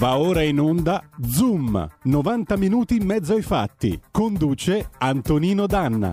Va ora in onda Zoom, 90 minuti in mezzo ai fatti. Conduce Antonino Danna.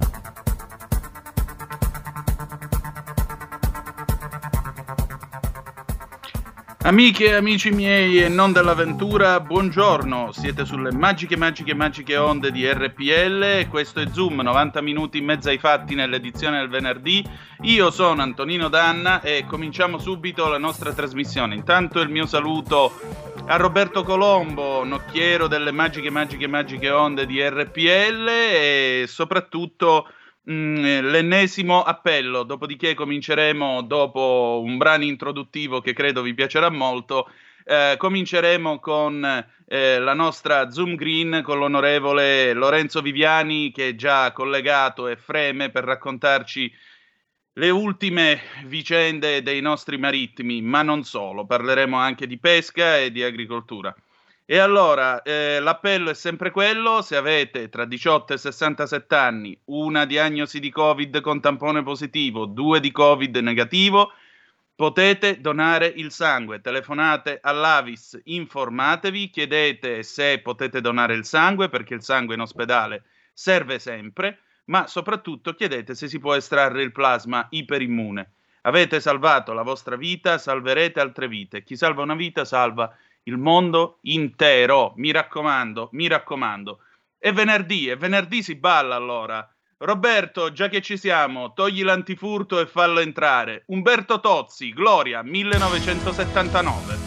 Amiche e amici miei e non dell'avventura, buongiorno. Siete sulle magiche onde di RPL e questo è Zoom, 90 minuti in mezzo ai fatti nell'edizione del venerdì. Io sono Antonino Danna e cominciamo subito la nostra trasmissione. Intanto il mio saluto a Roberto Colombo, nocchiero delle magiche onde di RPL, e soprattutto l'ennesimo appello, dopodiché cominceremo, dopo un brano introduttivo che credo vi piacerà molto, cominceremo con la nostra Zoom Green con l'onorevole Lorenzo Viviani, che è già collegato e freme per raccontarci le ultime vicende dei nostri marittimi, ma non solo. Parleremo anche di pesca e di agricoltura. E allora, l'appello è sempre quello: se avete tra 18 e 67 anni, una diagnosi di Covid con tampone positivo, 2 di Covid negativo, potete donare il sangue. Telefonate all'Avis, informatevi, chiedete se potete donare il sangue, perché il sangue in ospedale serve sempre, ma soprattutto chiedete se si può estrarre il plasma iperimmune. Avete salvato la vostra vita, salverete altre vite. Chi salva una vita salva il mondo intero, mi raccomando. È venerdì si balla allora. Roberto, già che ci siamo, togli l'antifurto e fallo entrare. Umberto Tozzi, Gloria, 1979.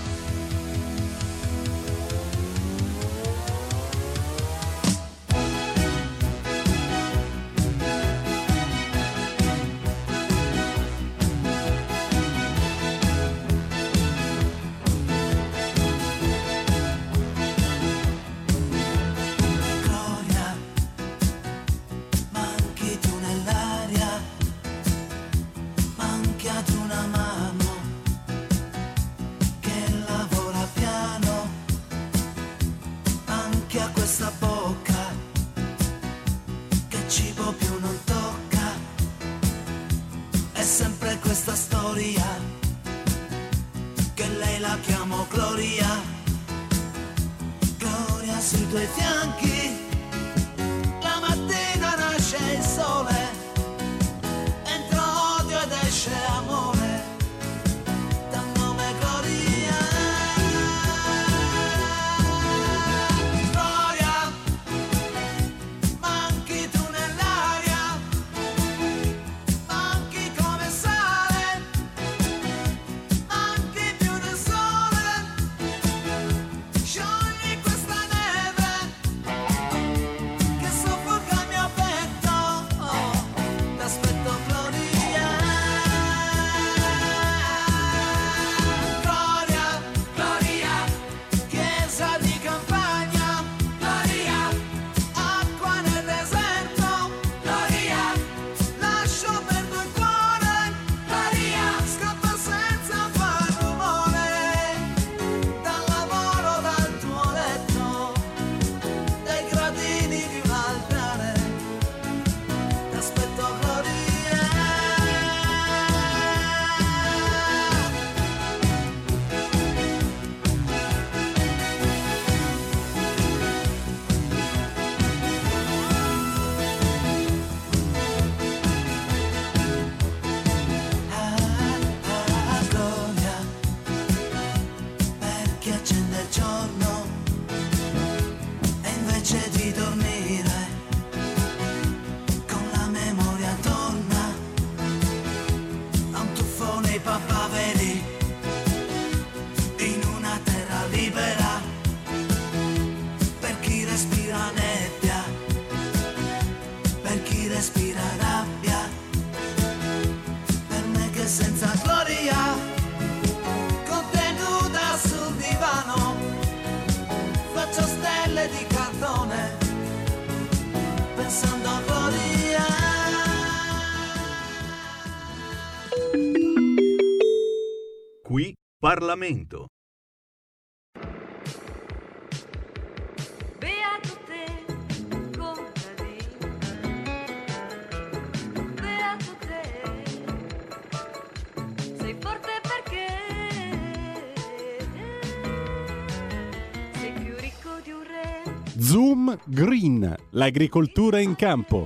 Qui Parlamento. Beato te, contadino, beato te, sei forte perché Zoom Green, l'agricoltura in campo.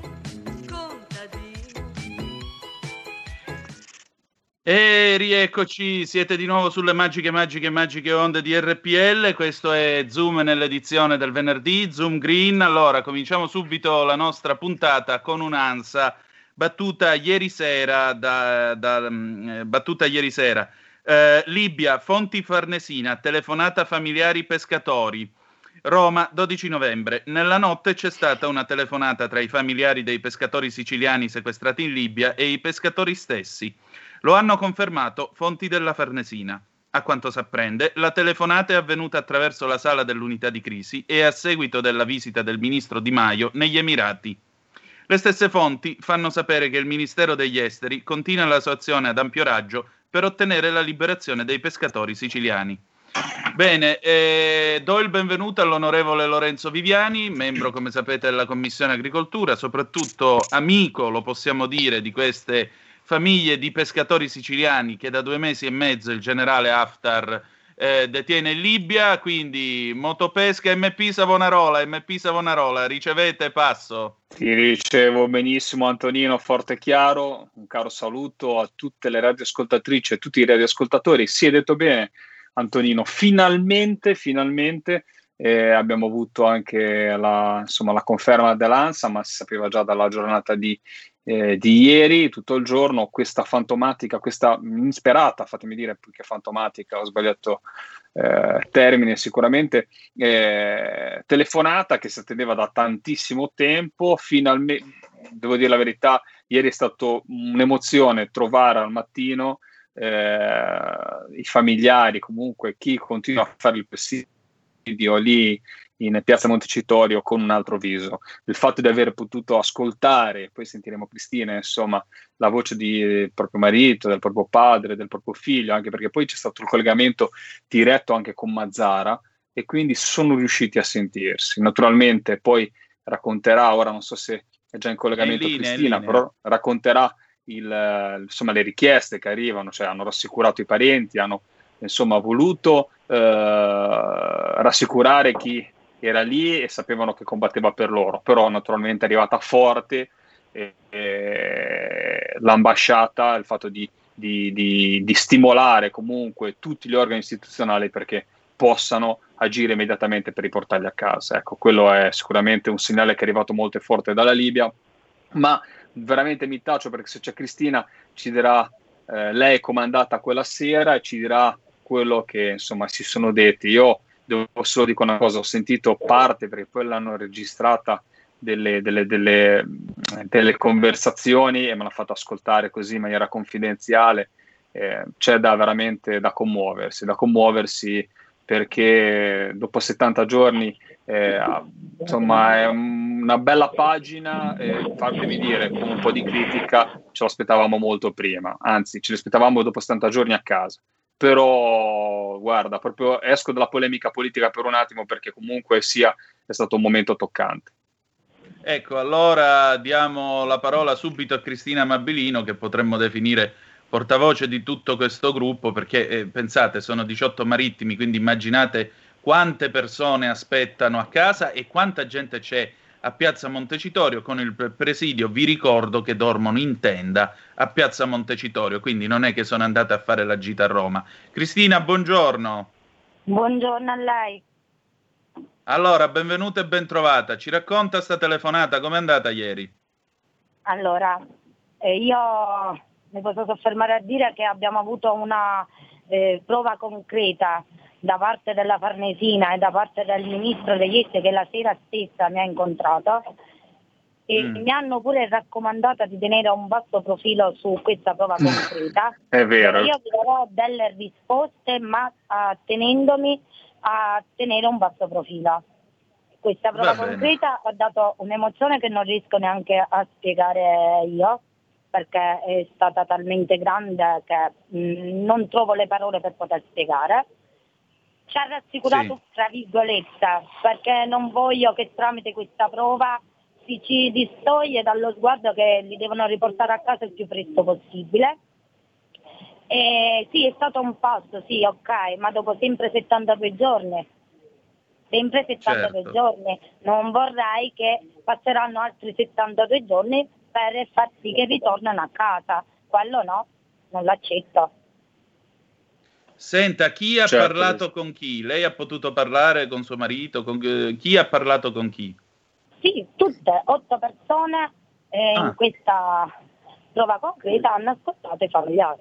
E rieccoci, siete di nuovo sulle magiche onde di RPL. Questo è Zoom nell'edizione del venerdì, Zoom Green. Allora, cominciamo subito la nostra puntata con un'ansa battuta ieri sera. Libia, Fonti Farnesina, telefonata a familiari pescatori. Roma, 12 novembre. Nella notte c'è stata una telefonata tra i familiari dei pescatori siciliani sequestrati in Libia e i pescatori stessi. Lo hanno confermato fonti della Farnesina. A quanto s'apprende, la telefonata è avvenuta attraverso la sala dell'unità di crisi e a seguito della visita del ministro Di Maio negli Emirati. Le stesse fonti fanno sapere che il Ministero degli Esteri continua la sua azione ad ampio raggio per ottenere la liberazione dei pescatori siciliani. Bene, do il benvenuto all'onorevole Lorenzo Viviani, membro, come sapete, della Commissione Agricoltura, soprattutto amico, lo possiamo dire, di queste famiglie di pescatori siciliani che da 2 mesi e mezzo il generale Haftar detiene in Libia. Quindi motopesca MP Savonarola, ricevete passo. Ti ricevo benissimo, Antonino, forte e chiaro. Un caro saluto a tutte le radioascoltatrici e tutti i radioascoltatori. Si è detto bene, Antonino, finalmente abbiamo avuto anche la conferma dell'ANSA, ma si sapeva già dalla giornata di ieri, tutto il giorno, questa fantomatica, questa insperata, fatemi dire, più che fantomatica, ho sbagliato termine sicuramente, telefonata che si attendeva da tantissimo tempo. Finalmente, devo dire la verità, ieri è stato un'emozione trovare al mattino i familiari, comunque chi continua a fare il presidio lì in piazza Montecitorio con un altro viso. Il fatto di aver potuto ascoltare, poi sentiremo Cristina, insomma, la voce del proprio marito, del proprio padre, del proprio figlio, anche perché poi c'è stato il collegamento diretto anche con Mazzara e quindi sono riusciti a sentirsi. Naturalmente poi racconterà, ora non so se è già in collegamento Cristina, però racconterà le richieste che arrivano, cioè hanno rassicurato i parenti, hanno insomma voluto rassicurare chi era lì e sapevano che combatteva per loro, però naturalmente è arrivata forte l'ambasciata, il fatto di stimolare comunque tutti gli organi istituzionali perché possano agire immediatamente per riportarli a casa. Ecco, quello è sicuramente un segnale che è arrivato molto forte dalla Libia, ma veramente mi taccio perché se c'è Cristina ci dirà, lei è comandata quella sera e ci dirà quello che insomma si sono detti. Io devo solo dire una cosa, ho sentito parte perché poi l'hanno registrata delle conversazioni e me l'ha fatto ascoltare così in maniera confidenziale. C'è veramente da commuoversi perché dopo 70 giorni insomma è una bella pagina, fatemi dire, con un po' di critica ce l'aspettavamo molto prima, anzi ce l'aspettavamo dopo 70 giorni a casa. Però guarda, proprio esco dalla polemica politica per un attimo perché comunque è stato un momento toccante. Ecco, allora diamo la parola subito a Cristina Mabilino, che potremmo definire portavoce di tutto questo gruppo, perché pensate, sono 18 marittimi, quindi immaginate quante persone aspettano a casa e quanta gente c'è a Piazza Montecitorio con il presidio. Vi ricordo che dormono in tenda a Piazza Montecitorio, quindi non è che sono andate a fare la gita a Roma. Cristina, buongiorno. Buongiorno a lei. Allora, benvenuta e bentrovata. Ci racconta sta telefonata, com'è andata ieri? Allora, io mi posso soffermare a dire che abbiamo avuto una prova concreta da parte della Farnesina e da parte del ministro degli esteri, che la sera stessa mi ha incontrato e mi hanno pure raccomandato di tenere un basso profilo su questa prova concreta. È vero. Io vi darò delle risposte, ma tenendomi a tenere un basso profilo. Questa prova concreta ha dato un'emozione che non riesco neanche a spiegare io, perché è stata talmente grande che non trovo le parole per poter spiegare. Ci ha rassicurato, tra virgolette, perché non voglio che tramite questa prova ci distoglie dallo sguardo che li devono riportare a casa il più presto possibile. E sì, è stato un passo, sì, ok, ma dopo sempre 72 giorni. sempre 72 Certo. giorni. Non vorrei che passeranno altri 72 giorni per far sì che ritornano a casa. Quello no, non l'accetto. Senta, chi ha Certo. parlato con chi? Lei ha potuto parlare con suo marito? Chi ha parlato con chi? Sì, tutte, 8 persone Ah. in questa prova concreta hanno ascoltato i familiari.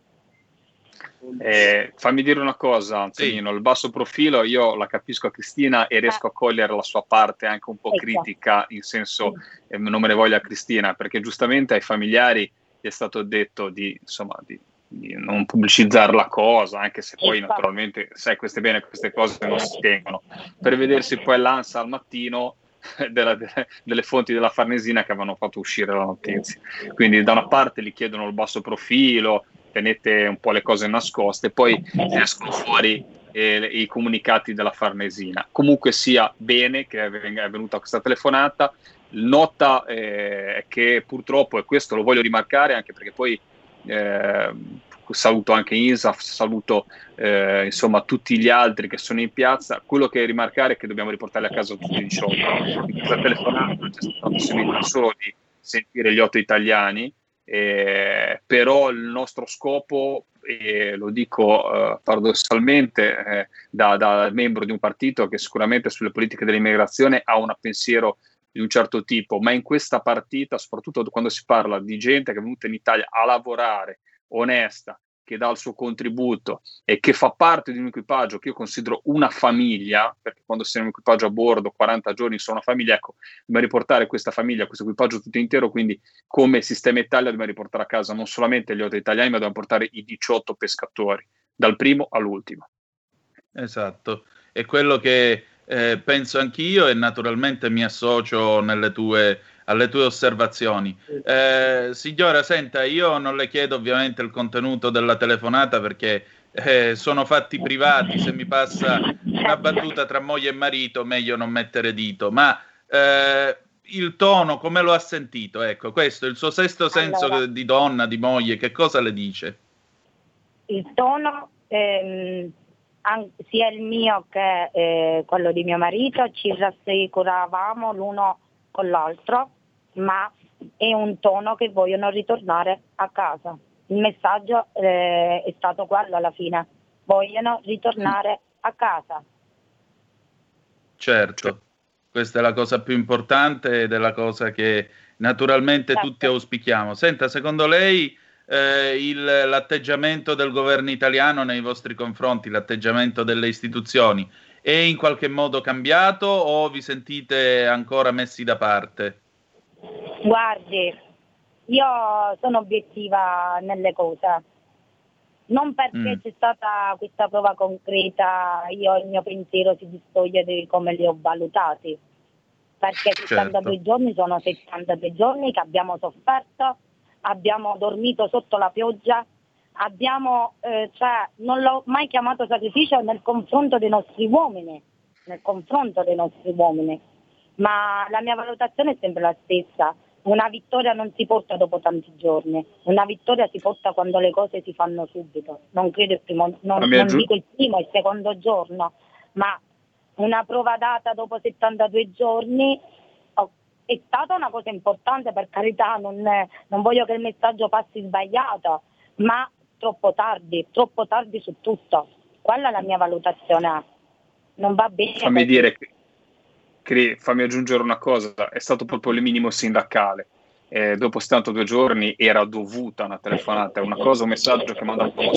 Fammi dire una cosa, Antonino, il basso profilo io la capisco a Cristina e riesco a cogliere la sua parte anche un po' Ecco. critica, in senso non me ne voglia Cristina, perché giustamente ai familiari gli è stato detto di non pubblicizzare la cosa, anche se poi Ecco. naturalmente sai bene queste cose non si tengono, per vedersi poi l'ANSA al mattino delle fonti della Farnesina che avevano fatto uscire la notizia. Quindi da una parte gli chiedono il basso profilo, tenete un po' le cose nascoste, poi escono fuori i comunicati della Farnesina. Comunque sia bene che è venuta questa telefonata. Nota che purtroppo, e questo lo voglio rimarcare anche perché poi saluto anche INSAF, saluto insomma tutti gli altri che sono in piazza. Quello che rimarcare è che dobbiamo riportarli a casa tutti i 18. In questa telefonata c'è stata la possibilità solo di sentire gli 8 italiani, però il nostro scopo, lo dico paradossalmente da membro di un partito che sicuramente sulle politiche dell'immigrazione ha un pensiero di un certo tipo, ma in questa partita, soprattutto quando si parla di gente che è venuta in Italia a lavorare, onesta, che dà il suo contributo e che fa parte di un equipaggio che io considero una famiglia, perché quando sei in un equipaggio a bordo 40 giorni sono una famiglia, ecco, dobbiamo riportare questa famiglia, questo equipaggio tutto intero, quindi come Sistema Italia dobbiamo riportare a casa non solamente gli 8 italiani, ma dobbiamo portare i 18 pescatori, dal primo all'ultimo. Esatto, è quello che penso anch'io e naturalmente mi associo alle tue osservazioni. Signora, senta, io non le chiedo ovviamente il contenuto della telefonata perché sono fatti privati, se mi passa una battuta tra moglie e marito meglio non mettere dito, ma il tono come lo ha sentito? Ecco, questo, il suo sesto senso Allora, di donna, di moglie, che cosa le dice? il tono, sia il mio che quello di mio marito, ci rassicuravamo l'uno con l'altro, ma è un tono che vogliono ritornare a casa. Il messaggio è stato quello alla fine, vogliono ritornare a casa. Certo, questa è la cosa più importante ed è la cosa che naturalmente Certo. tutti auspichiamo. Senta, secondo lei l'atteggiamento del governo italiano nei vostri confronti, l'atteggiamento delle istituzioni, è in qualche modo cambiato o vi sentite ancora messi da parte? Guardi, io sono obiettiva nelle cose, non perché c'è stata questa prova concreta, il mio pensiero si distoglie di come li ho valutati, perché 72 giorni sono 72 giorni che abbiamo sofferto, abbiamo dormito sotto la pioggia, non l'ho mai chiamato sacrificio nel confronto dei nostri uomini, ma la mia valutazione è sempre la stessa. Una vittoria non si porta dopo tanti giorni, una vittoria si porta quando le cose si fanno subito. Non credo non dico il primo e il secondo giorno, ma una prova data dopo 72 giorni è stata una cosa importante, per carità, non voglio che il messaggio passi sbagliato, ma troppo tardi su tutto. Quella è la mia valutazione. Non va bene. Fammi aggiungere una cosa, è stato proprio il minimo sindacale. Dopo 72 giorni era dovuta una telefonata, un messaggio che mi ha mandato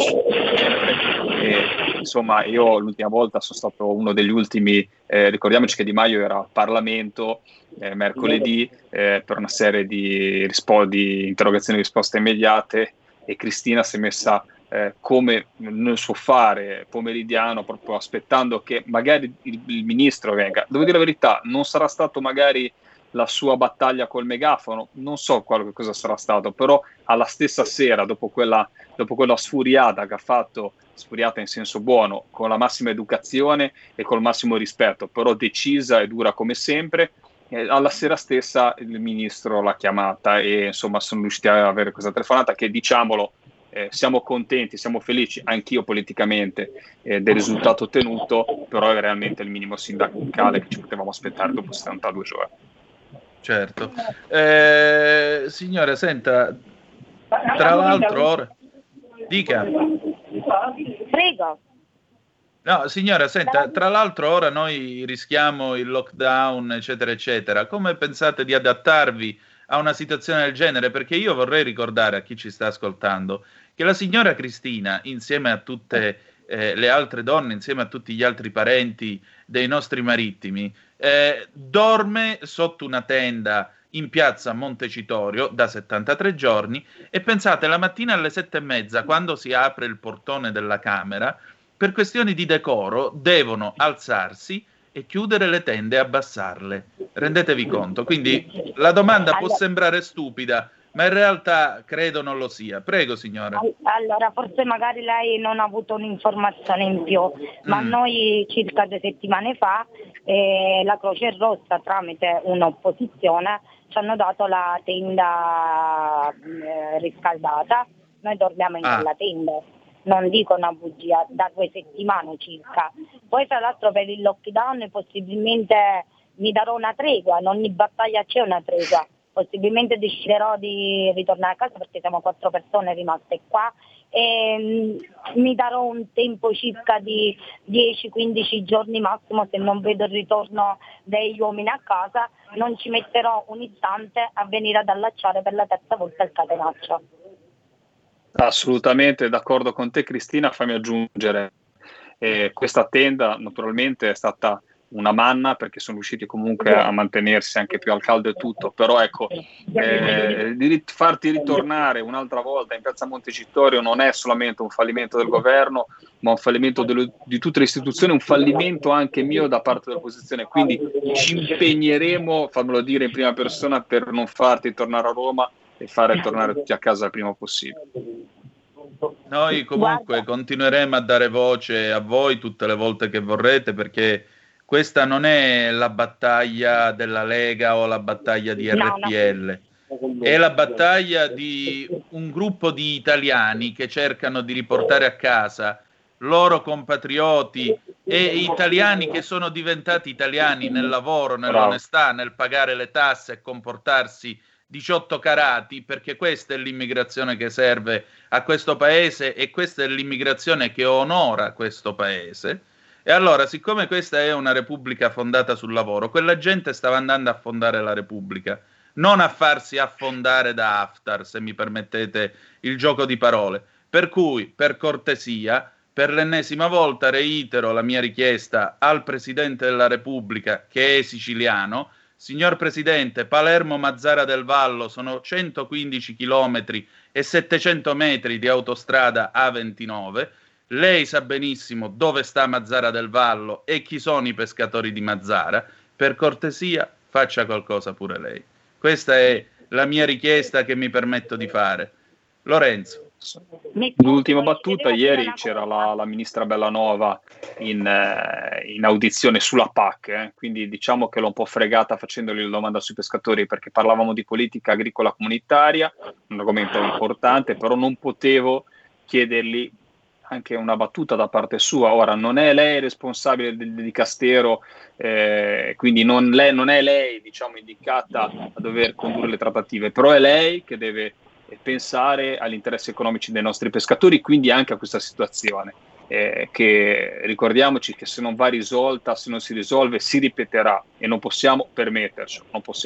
insomma, io l'ultima volta sono stato uno degli ultimi, ricordiamoci che Di Maio era al Parlamento mercoledì per una serie di interrogazioni e risposte immediate, e Cristina si è messa come nel suo fare pomeridiano, proprio aspettando che magari il ministro venga. Devo dire la verità, non sarà stato magari la sua battaglia col megafono, non so cosa sarà stato, però alla stessa sera, dopo quella sfuriata che ha fatto, sfuriata in senso buono, con la massima educazione e col massimo rispetto, però decisa e dura come sempre, alla sera stessa il ministro l'ha chiamata e insomma sono riusciti a avere questa telefonata che, diciamolo, siamo contenti, siamo felici, anch'io politicamente, del risultato ottenuto, però è realmente il minimo sindacale che ci potevamo aspettare dopo 72 giorni. Certo. Signore, senta, tra l'altro ora... Dica. Prego. No, signora, senta, tra l'altro ora noi rischiamo il lockdown, eccetera, eccetera. Come pensate di adattarvi a una situazione del genere? Perché io vorrei ricordare a chi ci sta ascoltando che la signora Cristina, insieme a tutte le altre donne, insieme a tutti gli altri parenti dei nostri marittimi, dorme sotto una tenda in piazza Montecitorio da 73 giorni e pensate, la mattina alle 7:30, quando si apre il portone della camera, per questioni di decoro devono alzarsi e chiudere le tende e abbassarle. Rendetevi conto. Quindi la domanda può sembrare stupida, ma in realtà credo non lo sia. Prego, signora. Allora, forse magari lei non ha avuto un'informazione in più, ma noi circa 2 settimane fa la Croce Rossa, tramite un'opposizione, ci hanno dato la tenda riscaldata. Noi dormiamo in quella tenda. Non dico una bugia, da 2 settimane circa. Poi tra l'altro per il lockdown possibilmente mi darò una tregua, in ogni battaglia c'è una tregua. Possibilmente deciderò di ritornare a casa perché siamo 4 persone rimaste qua e mi darò un tempo circa di 10-15 giorni massimo, se non vedo il ritorno degli uomini a casa, non ci metterò un istante a venire ad allacciare per la terza volta il catenaccio. Assolutamente d'accordo con te, Cristina. Fammi aggiungere, questa tenda naturalmente è stata una manna perché sono riusciti comunque a mantenersi anche più al caldo e tutto, però ecco, farti ritornare un'altra volta in piazza Montecitorio non è solamente un fallimento del governo, ma un fallimento di tutte le istituzioni, un fallimento anche mio da parte dell'opposizione, quindi ci impegneremo, fammelo dire in prima persona, per non farti tornare a Roma e fare tornare tutti a casa il prima possibile. Noi comunque continueremo a dare voce a voi tutte le volte che vorrete, perché questa non è la battaglia della Lega o la battaglia di RPL, è la battaglia di un gruppo di italiani che cercano di riportare a casa loro compatrioti e italiani che sono diventati italiani nel lavoro, nell'onestà, nel pagare le tasse e comportarsi 18 carati, perché questa è l'immigrazione che serve a questo paese e questa è l'immigrazione che onora questo paese. E allora, siccome questa è una repubblica fondata sul lavoro, quella gente stava andando a fondare la repubblica, non a farsi affondare da Haftar, se mi permettete il gioco di parole. Per cui, per cortesia, per l'ennesima volta reitero la mia richiesta al Presidente della Repubblica, che è siciliano. Signor Presidente, Palermo-Mazzara del Vallo sono 115 chilometri e 700 metri di autostrada A29. Lei sa benissimo dove sta Mazzara del Vallo e chi sono i pescatori di Mazzara. Per cortesia, faccia qualcosa pure lei. Questa è la mia richiesta che mi permetto di fare. Lorenzo. L'ultima battuta: ieri c'era la ministra Bellanova in audizione sulla PAC, quindi diciamo che l'ho un po' fregata facendogli la domanda sui pescatori, perché parlavamo di politica agricola comunitaria, un argomento importante, però non potevo chiedergli anche una battuta da parte sua. Ora, non è lei responsabile del Dicastero, quindi non è lei, diciamo, indicata a dover condurre le trattative, però è lei che deve pensare agli interessi economici dei nostri pescatori, quindi anche a questa situazione, che ricordiamoci che se non va risolta, se non si risolve, si ripeterà e non possiamo permettercelo.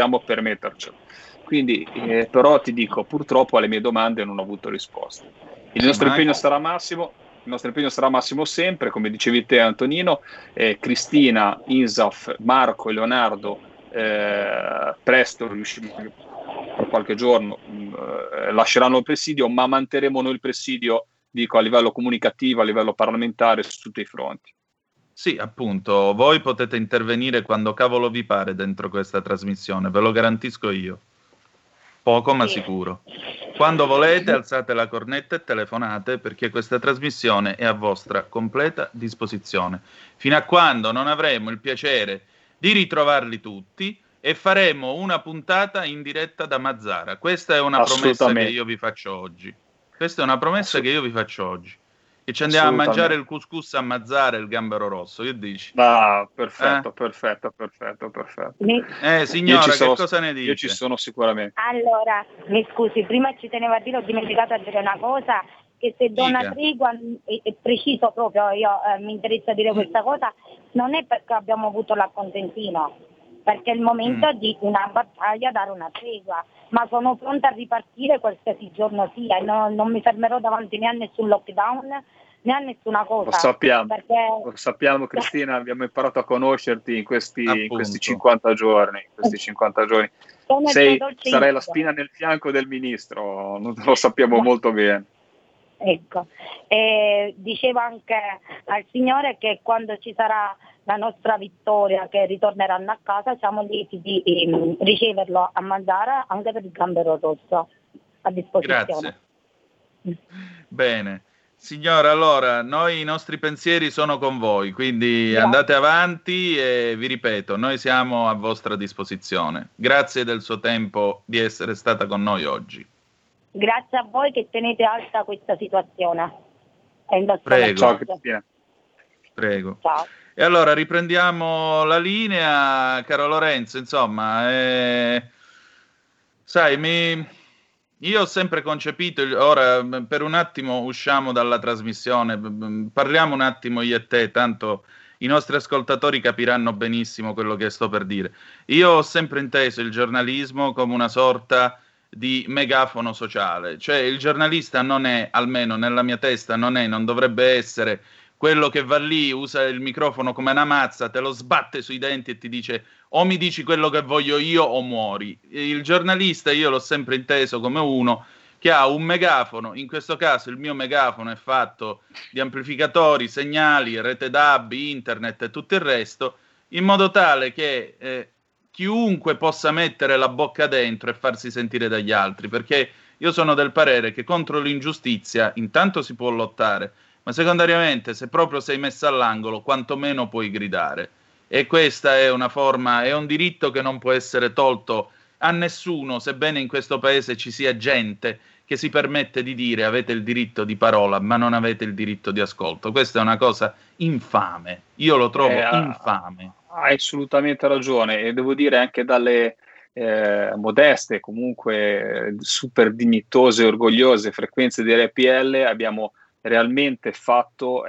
Quindi, però ti dico, purtroppo alle mie domande non ho avuto risposta. Il nostro impegno sarà massimo sempre, come dicevi te, Antonino. Cristina, Insaf, Marco e Leonardo presto riusciremo, per qualche giorno lasceranno il presidio, ma manterremo noi il presidio, dico, a livello comunicativo, a livello parlamentare, su tutti i fronti. Sì, appunto, voi potete intervenire quando cavolo vi pare dentro questa trasmissione, ve lo garantisco io. Poco ma sicuro. Quando volete alzate la cornetta e telefonate, perché questa trasmissione è a vostra completa disposizione, fino a quando non avremo il piacere di ritrovarli tutti e faremo una puntata in diretta da Mazzara. Questa è una promessa che io vi faccio oggi. Questa è una promessa che io vi faccio oggi. Che ci andiamo a mangiare il couscous a Mazzara e il gambero rosso, che dici? Perfetto. Signora, che cosa ne dice? Io ci sono sicuramente. Allora, mi scusi, prima ci tenevo a dire, ho dimenticato a dire una cosa, che se do una tregua, è preciso proprio, mi interessa dire questa cosa, non è perché abbiamo avuto l'accontentino, perché è il momento di una battaglia, dare una tregua, ma sono pronta a ripartire qualsiasi giorno sia, e non mi fermerò davanti né a nessun lockdown né a nessuna cosa. Lo sappiamo Cristina, abbiamo imparato a conoscerti in questi 50 giorni. Sarai la spina nel fianco del ministro, lo sappiamo molto bene. Ecco, dicevo anche al Signore che quando ci sarà la nostra vittoria, che ritorneranno a casa, siamo lieti di riceverlo a Mazzara anche per il gambero rosso a disposizione. Grazie. Bene. Signora, allora, i nostri pensieri sono con voi, quindi andate avanti e vi ripeto, noi siamo a vostra disposizione. Grazie del suo tempo di essere stata con noi oggi. Grazie a voi che tenete alta questa situazione. Prego. Ciao Cristina. Prego. Ciao. E allora riprendiamo la linea, caro Lorenzo, insomma, sai, io ho sempre concepito, ora per un attimo usciamo dalla trasmissione, parliamo un attimo io e te, tanto i nostri ascoltatori capiranno benissimo quello che sto per dire. Io ho sempre inteso il giornalismo come una sorta di megafono sociale, cioè il giornalista non è, almeno nella mia testa, non dovrebbe essere quello che va lì, usa il microfono come una mazza, te lo sbatte sui denti e ti dice o mi dici quello che voglio io o muori. Il giornalista io l'ho sempre inteso come uno che ha un megafono, in questo caso il mio megafono è fatto di amplificatori, segnali, rete DAB, internet e tutto il resto, in modo tale che chiunque possa mettere la bocca dentro e farsi sentire dagli altri, perché io sono del parere che contro l'ingiustizia intanto si può lottare, ma secondariamente se proprio sei messa all'angolo quantomeno puoi gridare, e questa è una forma, è un diritto che non può essere tolto a nessuno, sebbene in questo paese ci sia gente che si permette di dire avete il diritto di parola ma non avete il diritto di ascolto. Questa è una cosa infame, io lo trovo infame. Hai assolutamente ragione, e devo dire anche dalle modeste, comunque super dignitose e orgogliose frequenze di RPL abbiamo realmente fatto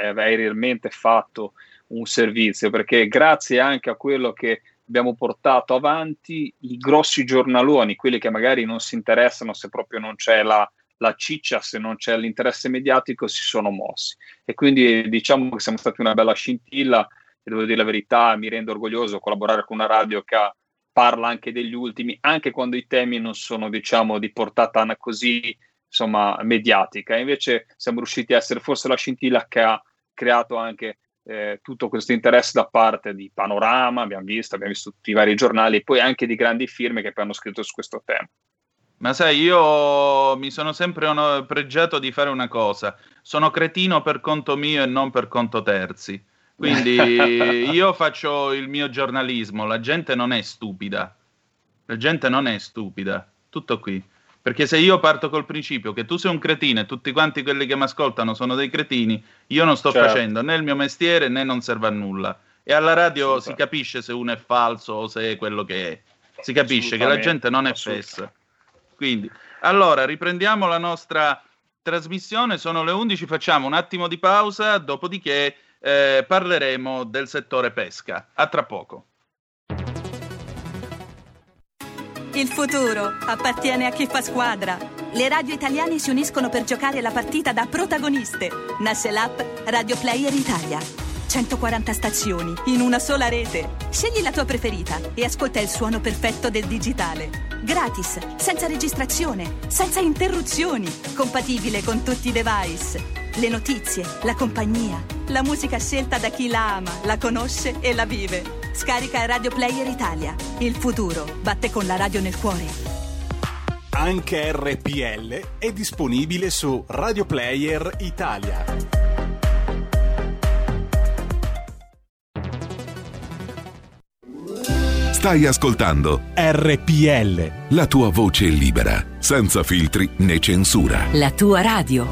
un servizio, perché grazie anche a quello che abbiamo portato avanti, i grossi giornaloni, quelli che magari non si interessano se proprio non c'è la ciccia, se non c'è l'interesse mediatico, si sono mossi, e quindi diciamo che siamo stati una bella scintilla, e devo dire la verità, mi rendo orgoglioso collaborare con una radio che parla anche degli ultimi, anche quando i temi non sono, diciamo, di portata così, insomma, mediatica. Invece siamo riusciti a essere forse la scintilla che ha creato anche tutto questo interesse da parte di Panorama, abbiamo visto tutti i vari giornali, e poi anche di grandi firme che hanno scritto su questo tema. Ma sai, io mi sono sempre pregiato di fare una cosa: sono cretino per conto mio e non per conto terzi. Quindi io faccio il mio giornalismo, la gente non è stupida, tutto qui. Perché se io parto col principio che tu sei un cretino e tutti quanti quelli che mi ascoltano sono dei cretini, io non sto facendo né il mio mestiere né non serve a nulla. E alla radio si capisce se uno è falso o se è quello che è. Si capisce che la gente non è fessa. Quindi, allora, riprendiamo la nostra trasmissione, sono le 11, facciamo un attimo di pausa, dopodiché parleremo del settore pesca. A tra poco. Il futuro appartiene a chi fa squadra. Le radio italiane si uniscono per giocare la partita da protagoniste. Nasce l'app Radio Player Italia. 140 stazioni in una sola rete. Scegli la tua preferita e ascolta il suono perfetto del digitale. Gratis, senza registrazione, senza interruzioni. Compatibile con tutti i device. Le notizie, la compagnia, la musica scelta da chi la ama, la conosce e la vive. Scarica Radio Player Italia. Il futuro batte con la radio nel cuore. Anche RPL è disponibile su Radio Player Italia. Stai ascoltando RPL. la tua voce libera, senza filtri né censura. La tua radio.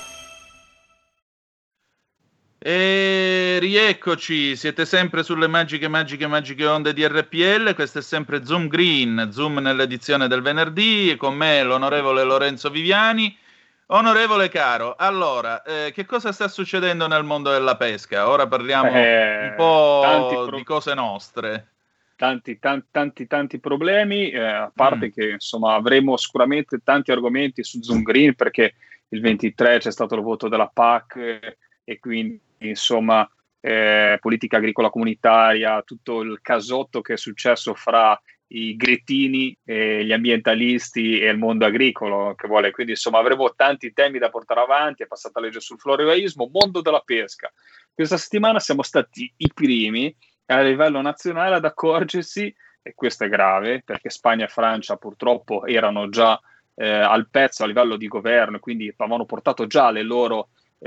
E rieccoci, siete sempre sulle magiche onde di RPL. Questo è sempre Zoom Green, Zoom nell'edizione del venerdì, e con me l'onorevole Lorenzo Viviani. Onorevole caro, allora, che cosa sta succedendo nel mondo della pesca? Ora parliamo un po' di cose nostre. Tanti problemi, a parte che insomma avremo sicuramente tanti argomenti su Zoom Green, perché il 23 c'è stato il voto della PAC e quindi insomma politica agricola comunitaria, tutto il casotto che è successo fra i gretini, gli ambientalisti e il mondo agricolo che vuole, quindi insomma avremo tanti temi da portare avanti. È passata la legge sul florovivaismo, mondo della pesca. Questa settimana siamo stati i primi a livello nazionale ad accorgersi, e questo è grave perché Spagna e Francia purtroppo erano già al pezzo a livello di governo, quindi avevano portato già le loro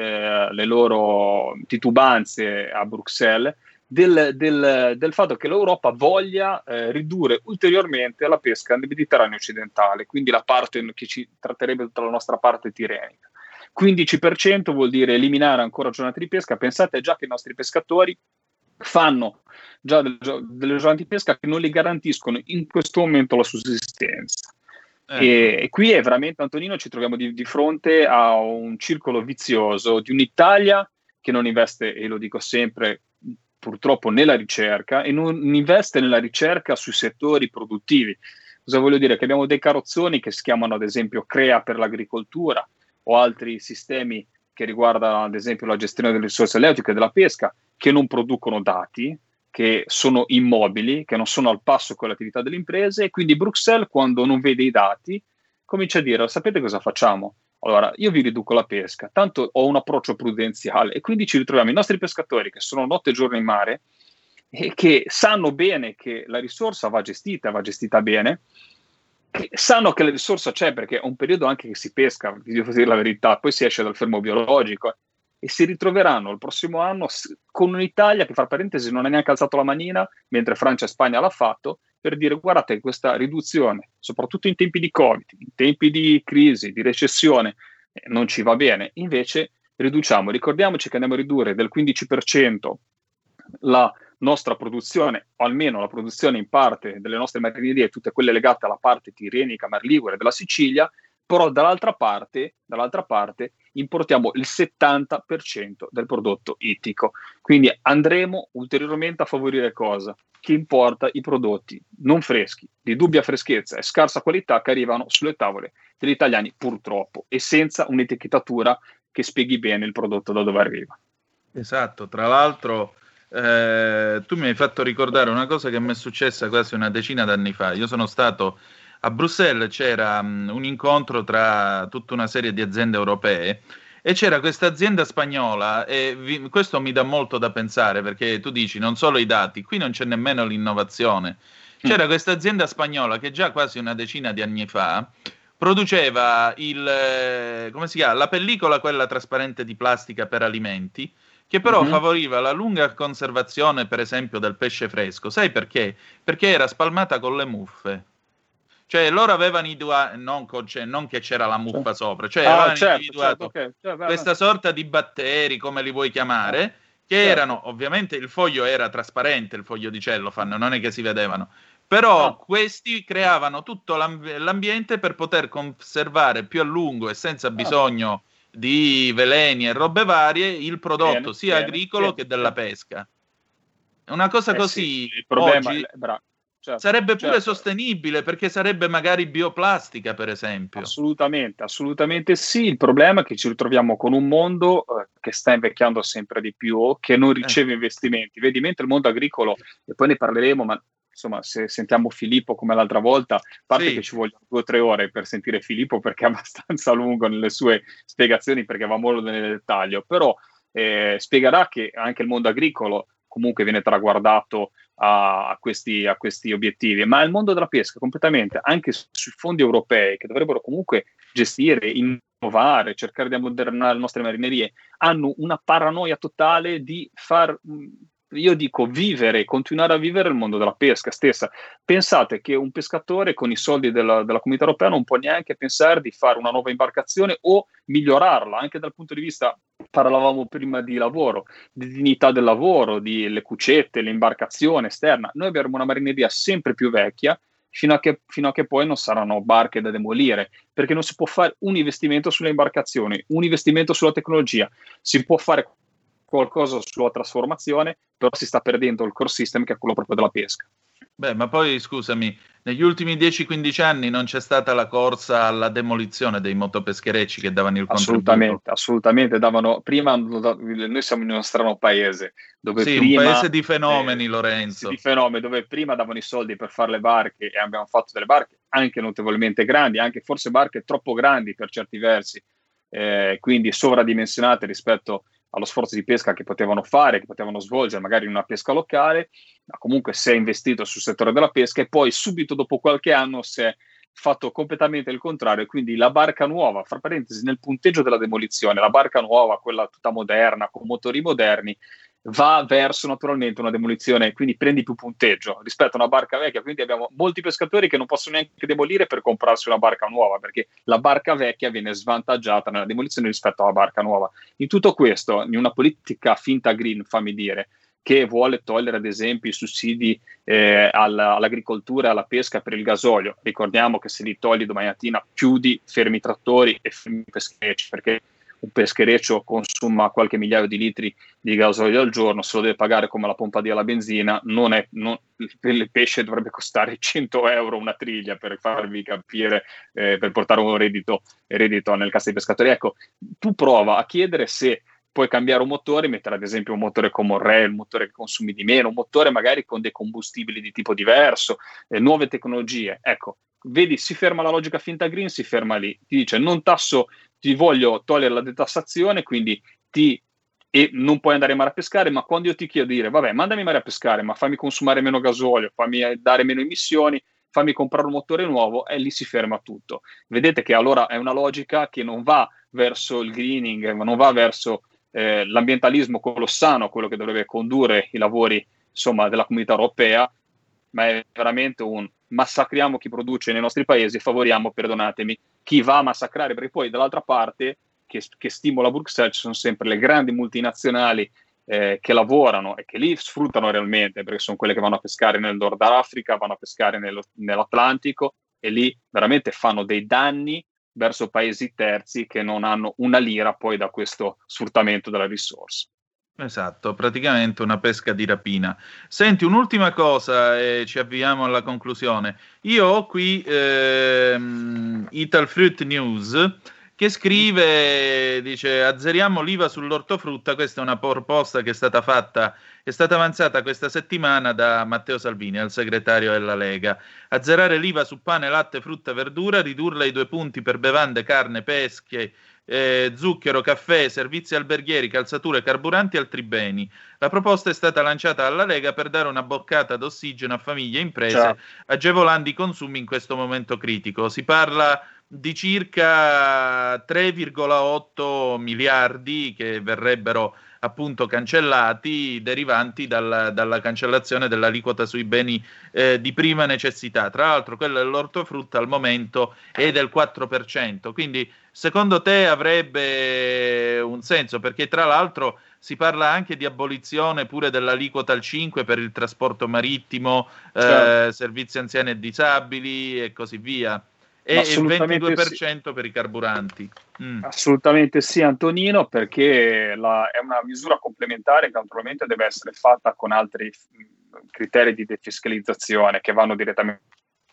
titubanze a Bruxelles, del fatto che l'Europa voglia ridurre ulteriormente la pesca nel Mediterraneo occidentale, quindi la parte che ci tratterebbe tutta la nostra parte tirrenica. 15% vuol dire eliminare ancora giornate di pesca. Pensate già che i nostri pescatori fanno già delle giornate di pesca che non li garantiscono in questo momento la sussistenza. E qui è veramente, Antonino, ci troviamo di fronte a un circolo vizioso di un'Italia che non investe, e lo dico sempre, purtroppo nella ricerca, e non investe nella ricerca sui settori produttivi. Cosa voglio dire? Che abbiamo dei carrozzoni che si chiamano ad esempio CREA per l'agricoltura, o altri sistemi che riguardano ad esempio la gestione delle risorse elettriche e della pesca, che non producono dati, che sono immobili, che non sono al passo con l'attività delle imprese, e quindi Bruxelles, quando non vede i dati, comincia a dire: sapete cosa facciamo? Allora, io vi riduco la pesca, tanto ho un approccio prudenziale, e quindi ci ritroviamo i nostri pescatori che sono notte e giorno in mare e che sanno bene che la risorsa va gestita bene, che sanno che la risorsa c'è, perché è un periodo anche che si pesca, vi devo dire la verità, poi si esce dal fermo biologico, e si ritroveranno il prossimo anno con un'Italia che, fra parentesi, non ha neanche alzato la manina, mentre Francia e Spagna l'ha fatto, per dire: guardate, questa riduzione, soprattutto in tempi di Covid, in tempi di crisi, di recessione, non ci va bene. Invece riduciamo, ricordiamoci che andiamo a ridurre del 15% la nostra produzione, o almeno la produzione in parte delle nostre marinerie, tutte quelle legate alla parte tirrenica, Mar Ligure della Sicilia, però dall'altra parte importiamo il 70% del prodotto ittico. Quindi andremo ulteriormente a favorire cosa? Chi importa i prodotti non freschi, di dubbia freschezza e scarsa qualità, che arrivano sulle tavole degli italiani, purtroppo, e senza un'etichettatura che spieghi bene il prodotto da dove arriva. Esatto, tra l'altro tu mi hai fatto ricordare una cosa che mi è successa quasi una decina d'anni fa. Io sono stato a Bruxelles, c'era un incontro tra tutta una serie di aziende europee, e c'era questa azienda spagnola, e questo mi dà molto da pensare, perché tu dici non solo i dati, qui non c'è nemmeno l'innovazione. C'era questa azienda spagnola che già quasi una decina di anni fa produceva come si chiama? La pellicola, quella trasparente di plastica per alimenti, che però favoriva la lunga conservazione, per esempio, del pesce fresco. Sai perché? Perché era spalmata con le muffe. Cioè loro avevano non che c'era la muffa sopra, cioè avevano individuato questa sorta di batteri, come li vuoi chiamare, che erano, ovviamente il foglio era trasparente, il foglio di cellophane, non è che si vedevano, però questi creavano tutto l'ambiente per poter conservare più a lungo e senza bisogno di veleni e robe varie il prodotto sia agricolo che della pesca. Una cosa così, il problema oggi sarebbe pure sostenibile, perché sarebbe magari bioplastica, per esempio. Assolutamente sì. Il problema è che ci ritroviamo con un mondo che sta invecchiando sempre di più, che non riceve investimenti. Vedi, mentre il mondo agricolo, e poi ne parleremo, ma insomma, se sentiamo Filippo come l'altra volta, a parte che ci vogliono 2 o 3 ore per sentire Filippo, perché è abbastanza lungo nelle sue spiegazioni, perché va molto nel dettaglio, però spiegherà che anche il mondo agricolo comunque viene traguardato a questi obiettivi, ma il mondo della pesca completamente, anche sui fondi europei, che dovrebbero comunque gestire, innovare, cercare di ammodernare le nostre marinerie, hanno una paranoia totale di far io dico vivere, continuare a vivere il mondo della pesca stessa. Pensate che un pescatore con i soldi della Comunità Europea non può neanche pensare di fare una nuova imbarcazione o migliorarla, anche dal punto di vista, parlavamo prima di lavoro, di dignità del lavoro, di le cucette, l'imbarcazione esterna. Noi abbiamo una marineria sempre più vecchia, fino a che poi non saranno barche da demolire, perché non si può fare un investimento sulle imbarcazioni, un investimento sulla tecnologia. Si può fare qualcosa sulla trasformazione, però si sta perdendo il core system, che è quello proprio della pesca. Beh, ma poi scusami, negli ultimi 10-15 anni non c'è stata la corsa alla demolizione dei motopescherecci che davano il contributo? Assolutamente, prima noi siamo in uno strano paese, dove sì, prima, un paese di fenomeni, Lorenzo. Di fenomeni, dove prima davano i soldi per fare le barche, e abbiamo fatto delle barche anche notevolmente grandi, anche forse barche troppo grandi per certi versi, quindi sovradimensionate rispetto allo sforzo di pesca che potevano fare, che potevano svolgere magari in una pesca locale, ma comunque si è investito sul settore della pesca, e poi subito dopo qualche anno si è fatto completamente il contrario, e quindi la barca nuova, fra parentesi, nel punteggio della demolizione, la barca nuova, quella tutta moderna, con motori moderni, va verso naturalmente una demolizione, quindi prendi più punteggio rispetto a una barca vecchia. Quindi abbiamo molti pescatori che non possono neanche demolire per comprarsi una barca nuova, perché la barca vecchia viene svantaggiata nella demolizione rispetto alla barca nuova. In tutto questo, in una politica finta green, fammi dire, che vuole togliere ad esempio i sussidi all'agricoltura e alla pesca per il gasolio, ricordiamo che se li togli domani mattina chiudi fermi trattori e fermi pescherecci, perché un peschereccio consuma qualche migliaio di litri di gasolio al giorno, se lo deve pagare come la pompa alla benzina. Il pesce dovrebbe costare 100 euro una triglia, per farvi capire, per portare un reddito nel cassa dei pescatori. Ecco, tu prova a chiedere se puoi cambiare un motore, mettere ad esempio un motore come un Re, un motore che consumi di meno, un motore magari con dei combustibili di tipo diverso, nuove tecnologie. Ecco, vedi, si ferma la logica finta green, si ferma lì. Ti dice: non tasso, ti voglio togliere la detassazione, quindi e non puoi andare in mare a pescare, ma quando io ti chiedo di dire: vabbè, mandami in mare a pescare, ma fammi consumare meno gasolio, fammi dare meno emissioni, fammi comprare un motore nuovo, e lì si ferma tutto. Vedete che allora è una logica che non va verso il greening, ma non va verso l'ambientalismo, quello sano, quello che dovrebbe condurre i lavori, insomma, della Comunità Europea, ma è veramente un massacriamo chi produce nei nostri paesi e favoriamo, perdonatemi, chi va a massacrare, perché poi dall'altra parte che stimola Bruxelles ci sono sempre le grandi multinazionali che lavorano e che lì sfruttano realmente, perché sono quelle che vanno a pescare nel Nord Africa, vanno a pescare nell'Atlantico, e lì veramente fanno dei danni verso paesi terzi che non hanno una lira poi da questo sfruttamento della risorsa. Esatto, praticamente una pesca di rapina. Senti, un'ultima cosa e ci avviamo alla conclusione. Io ho qui Italfruit News che scrive, dice: azzeriamo l'IVA sull'ortofrutta. Questa è una proposta che è stata avanzata questa settimana da Matteo Salvini, al segretario della Lega. Azzerare l'IVA su pane, latte, frutta e verdura, ridurla ai 2 punti per bevande, carne, pesche, zucchero, caffè, servizi alberghieri, calzature, carburanti e altri beni. La proposta è stata lanciata dalla Lega per dare una boccata d'ossigeno a famiglie e imprese, agevolando i consumi in questo momento critico. Si parla di circa 3,8 miliardi che verrebbero appunto cancellati, derivanti dalla cancellazione dell'aliquota sui beni di prima necessità. Tra l'altro quella dell'ortofrutta al momento è del 4%, quindi secondo te avrebbe un senso? Perché tra l'altro si parla anche di abolizione pure dell'aliquota al 5% per il trasporto marittimo, servizi anziani e disabili e così via. E il 22% sì, per i carburanti. Assolutamente sì, Antonino, perché è una misura complementare che naturalmente deve essere fatta con altri criteri di defiscalizzazione che vanno direttamente.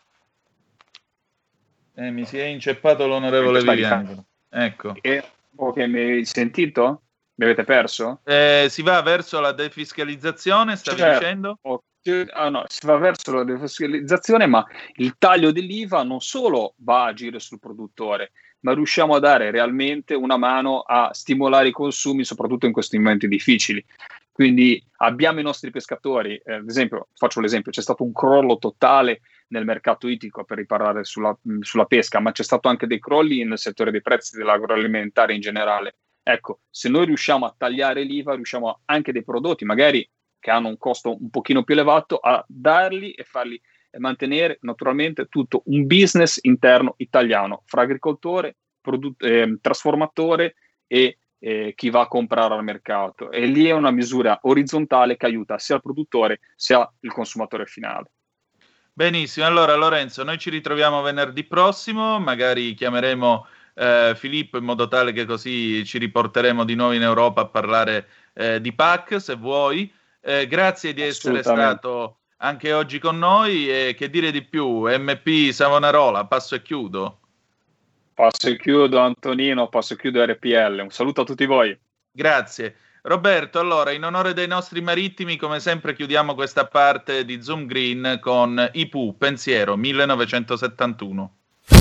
Mi si è inceppato l'onorevole Viviani. Ecco. Ok, mi hai sentito? Mi avete perso? Si va verso la defiscalizzazione, stavi dicendo? No, si va verso la defiscalizzazione, ma il taglio dell'IVA non solo va a agire sul produttore, ma riusciamo a dare realmente una mano a stimolare i consumi, soprattutto in questi momenti difficili. Quindi abbiamo i nostri pescatori, ad esempio, faccio l'esempio, c'è stato un crollo totale nel mercato ittico, per riparare sulla pesca, ma c'è stato anche dei crolli nel settore dei prezzi dell'agroalimentare in generale. Ecco, se noi riusciamo a tagliare l'IVA, riusciamo anche dei prodotti, magari che hanno un costo un pochino più elevato, a darli e farli mantenere naturalmente tutto un business interno italiano fra agricoltore, trasformatore e chi va a comprare al mercato. E lì è una misura orizzontale che aiuta sia il produttore sia il consumatore finale. Benissimo, allora Lorenzo, noi ci ritroviamo venerdì prossimo, magari chiameremo Filippo in modo tale che così ci riporteremo di nuovo in Europa a parlare di PAC, se vuoi. Grazie di essere stato anche oggi con noi e che dire di più, MP Savonarola, passo e chiudo. Passo e chiudo Antonino, passo e chiudo RPL, un saluto a tutti voi. Grazie. Roberto, allora, in onore dei nostri marittimi, come sempre chiudiamo questa parte di Zoom Green con I Pooh, Pensiero, 1971.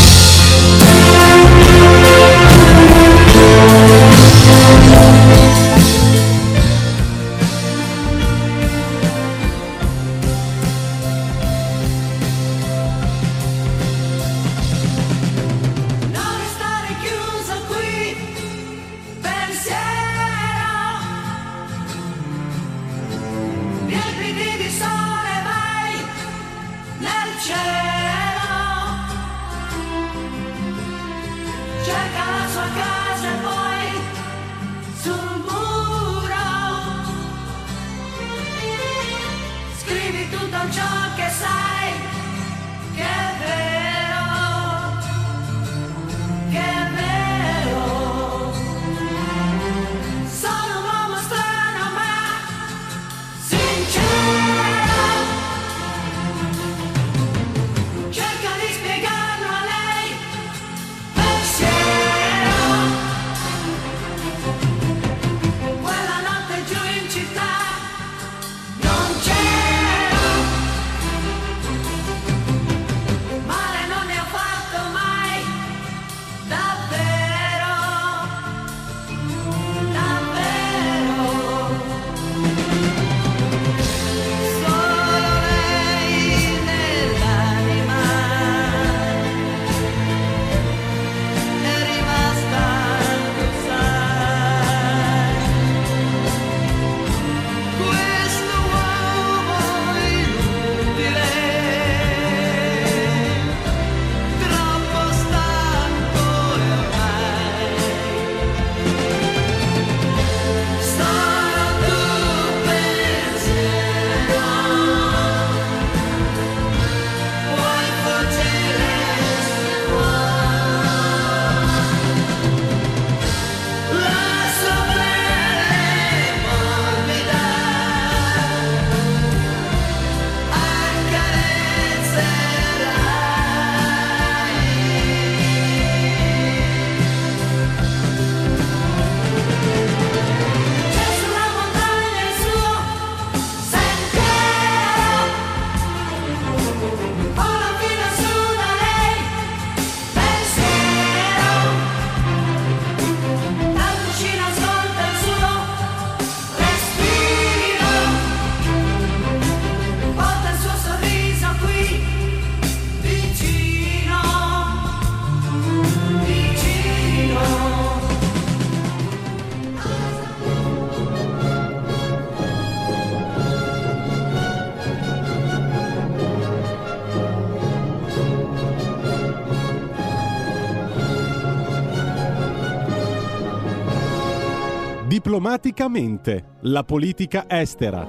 Diplomaticamente, la politica estera.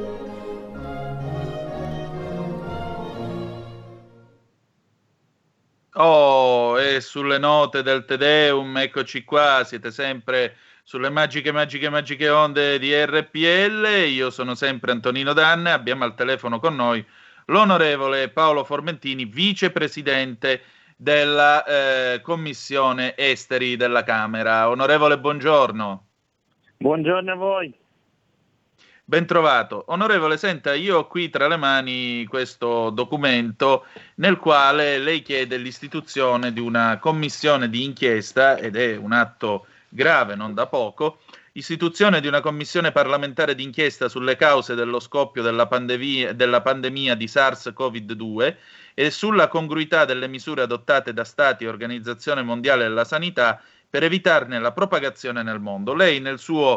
Oh, e sulle note del Te Deum, eccoci qua, siete sempre sulle magiche onde di RPL, io sono sempre Antonino Danna, abbiamo al telefono con noi l'onorevole Paolo Formentini, vicepresidente della Commissione Esteri della Camera. Onorevole, buongiorno. Buongiorno a voi. Ben trovato. Onorevole, senta, io ho qui tra le mani questo documento nel quale lei chiede l'istituzione di una commissione di inchiesta, ed è un atto grave, non da poco, istituzione di una commissione parlamentare di inchiesta sulle cause dello scoppio della pandemia di SARS-CoV-2 e sulla congruità delle misure adottate da Stati e Organizzazione Mondiale della Sanità per evitarne la propagazione nel mondo. Lei nel suo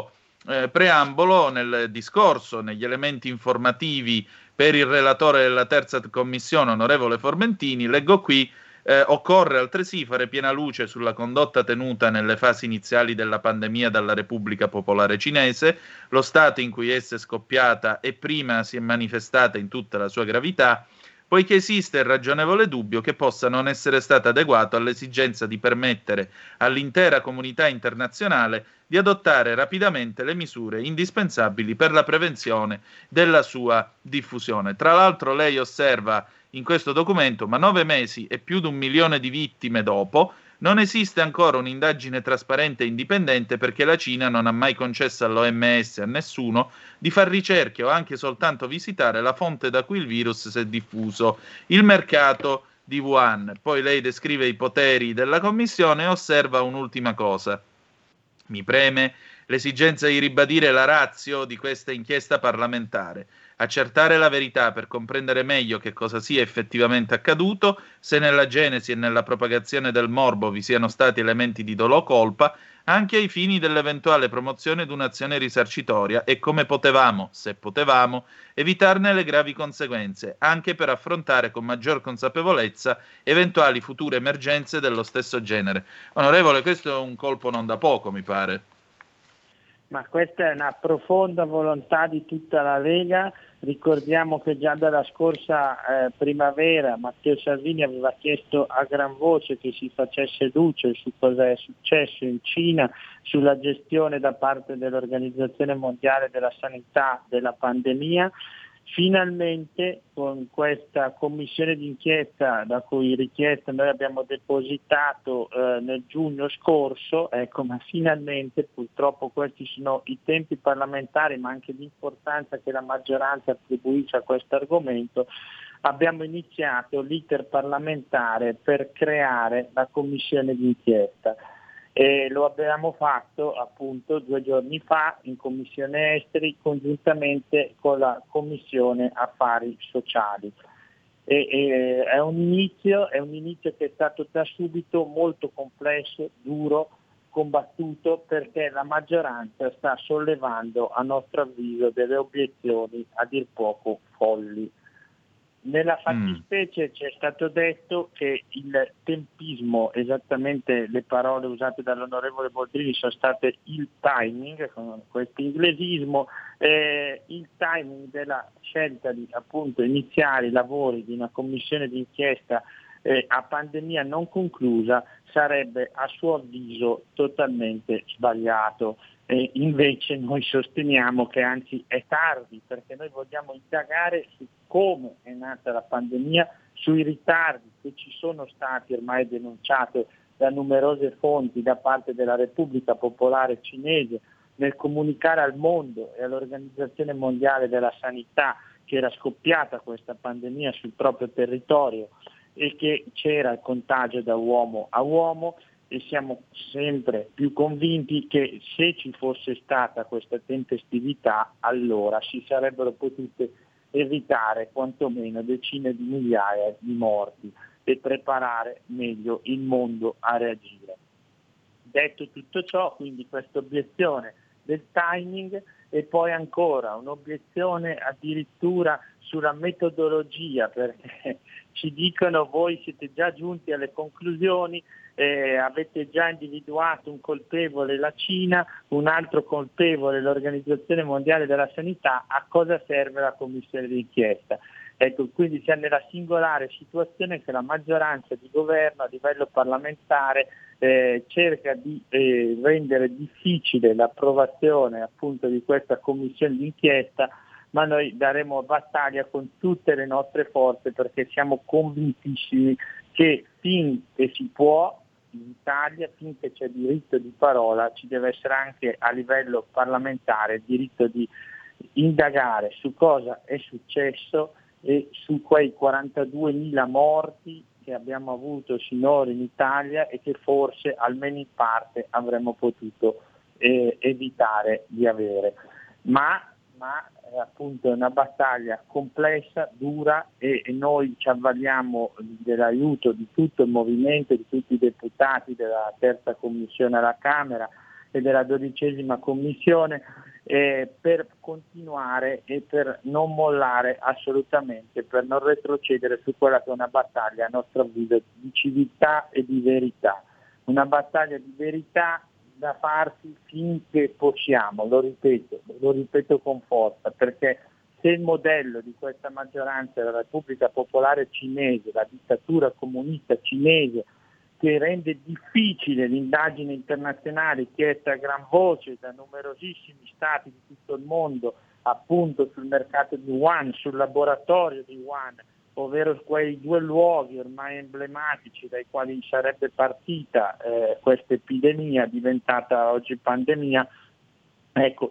preambolo, nel discorso, negli elementi informativi per il relatore della terza commissione, onorevole Formentini, leggo qui: occorre altresì fare piena luce sulla condotta tenuta nelle fasi iniziali della pandemia dalla Repubblica Popolare Cinese, lo stato in cui essa è scoppiata e prima si è manifestata in tutta la sua gravità, poiché esiste il ragionevole dubbio che possa non essere stato adeguato all'esigenza di permettere all'intera comunità internazionale di adottare rapidamente le misure indispensabili per la prevenzione della sua diffusione. Tra l'altro lei osserva in questo documento: ma 9 mesi e più di 1 milione di vittime dopo, non esiste ancora un'indagine trasparente e indipendente perché la Cina non ha mai concesso all'OMS a nessuno di far ricerche o anche soltanto visitare la fonte da cui il virus si è diffuso, il mercato di Wuhan. Poi lei descrive i poteri della Commissione e osserva un'ultima cosa. Mi preme l'esigenza di ribadire la ratio di questa inchiesta parlamentare: accertare la verità per comprendere meglio che cosa sia effettivamente accaduto, se nella genesi e nella propagazione del morbo vi siano stati elementi di dolo o colpa, anche ai fini dell'eventuale promozione di un'azione risarcitoria, e come potevamo, se potevamo, evitarne le gravi conseguenze, anche per affrontare con maggior consapevolezza eventuali future emergenze dello stesso genere. Onorevole, questo è un colpo non da poco, mi pare. Ma questa è una profonda volontà di tutta la Lega. Ricordiamo che già dalla scorsa primavera Matteo Salvini aveva chiesto a gran voce che si facesse luce su cosa è successo in Cina, sulla gestione da parte dell'Organizzazione Mondiale della Sanità della pandemia. Finalmente, con questa commissione d'inchiesta, da cui richiesta noi abbiamo depositato nel giugno scorso, ma finalmente, purtroppo questi sono i tempi parlamentari, ma anche l'importanza che la maggioranza attribuisce a questo argomento, abbiamo iniziato l'iter parlamentare per creare la commissione d'inchiesta. E lo abbiamo fatto appunto 2 giorni fa in Commissione Esteri congiuntamente con la Commissione Affari Sociali. È un inizio che è stato da subito molto complesso, duro, combattuto, perché la maggioranza sta sollevando, a nostro avviso, delle obiezioni a dir poco folli. Nella fattispecie ci è stato detto che il tempismo, esattamente le parole usate dall'onorevole Boldrini sono state il timing, con questo inglesismo, il timing della scelta di appunto iniziare i lavori di una commissione d'inchiesta a pandemia non conclusa sarebbe a suo avviso totalmente sbagliato. Invece noi sosteniamo che anzi è tardi, perché noi vogliamo indagare su come è nata la pandemia, sui ritardi che ci sono stati ormai denunciati da numerose fonti da parte della Repubblica Popolare Cinese nel comunicare al mondo e all'Organizzazione Mondiale della Sanità che era scoppiata questa pandemia sul proprio territorio e che c'era il contagio da uomo a uomo, e siamo sempre più convinti che se ci fosse stata questa tempestività allora si sarebbero potute evitare quantomeno decine di migliaia di morti e preparare meglio il mondo a reagire. Detto tutto ciò, quindi questa obiezione del timing e poi ancora un'obiezione addirittura sulla metodologia, perché ci dicono voi siete già giunti alle conclusioni, avete già individuato un colpevole la Cina, un altro colpevole l'Organizzazione Mondiale della Sanità, a cosa serve la commissione d'inchiesta? Ecco, quindi siamo nella singolare situazione che la maggioranza di governo a livello parlamentare cerca di rendere difficile l'approvazione appunto di questa commissione d'inchiesta, ma noi daremo battaglia con tutte le nostre forze perché siamo convintissimi che finché si può in Italia, finché c'è diritto di parola, ci deve essere anche a livello parlamentare il diritto di indagare su cosa è successo e su quei 42.000 morti che abbiamo avuto sinora in Italia e che forse almeno in parte avremmo potuto evitare di avere. Ma appunto è una battaglia complessa, dura e noi ci avvaliamo dell'aiuto di tutto il movimento, di tutti i deputati della terza commissione alla Camera e della 12ª commissione per continuare e per non mollare assolutamente, per non retrocedere su quella che è una battaglia, a nostro avviso, di civiltà e di verità. Una battaglia di verità da farsi finché possiamo, lo ripeto con forza, perché se il modello di questa maggioranza è la Repubblica Popolare Cinese, la dittatura comunista cinese, che rende difficile l'indagine internazionale chiesta a gran voce da numerosissimi stati di tutto il mondo, appunto sul mercato di Wuhan, sul laboratorio di Wuhan, ovvero quei 2 luoghi ormai emblematici dai quali sarebbe partita questa epidemia diventata oggi pandemia. Ecco,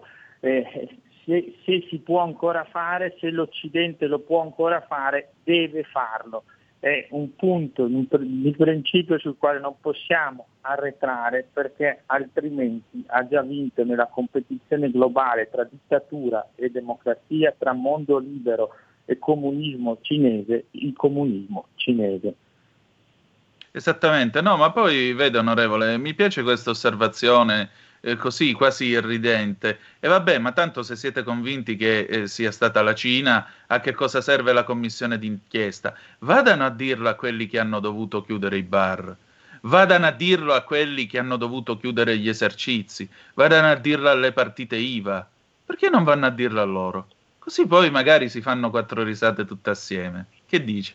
se si può ancora fare, se l'Occidente lo può ancora fare, deve farlo. È un punto di principio sul quale non possiamo arretrare, perché altrimenti ha già vinto nella competizione globale tra dittatura e democrazia, tra mondo libero e comunismo cinese, il comunismo cinese. Esattamente, no, ma poi vedo, onorevole, mi piace questa osservazione così quasi irridente. E vabbè, ma tanto se siete convinti che sia stata la Cina, a che cosa serve la commissione d'inchiesta? Vadano a dirlo a quelli che hanno dovuto chiudere i bar, vadano a dirlo a quelli che hanno dovuto chiudere gli esercizi, vadano a dirlo alle partite IVA. Perché non vanno a dirlo a loro? Così poi magari si fanno 4 risate tutte assieme. Che dici?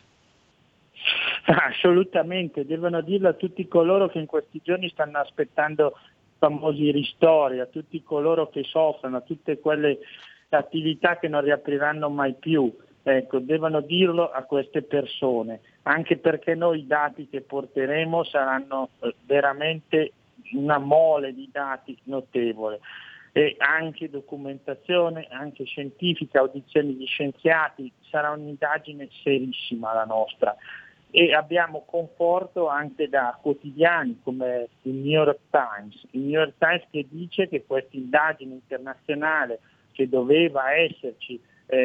Assolutamente, devono dirlo a tutti coloro che in questi giorni stanno aspettando famosi ristori, a tutti coloro che soffrono, a tutte quelle attività che non riapriranno mai più. Ecco, devono dirlo a queste persone, anche perché noi i dati che porteremo saranno veramente una mole di dati notevole, e anche documentazione, anche scientifica, audizioni di scienziati, sarà un'indagine serissima la nostra. E abbiamo conforto anche da quotidiani come il New York Times che dice che questa indagine internazionale che doveva esserci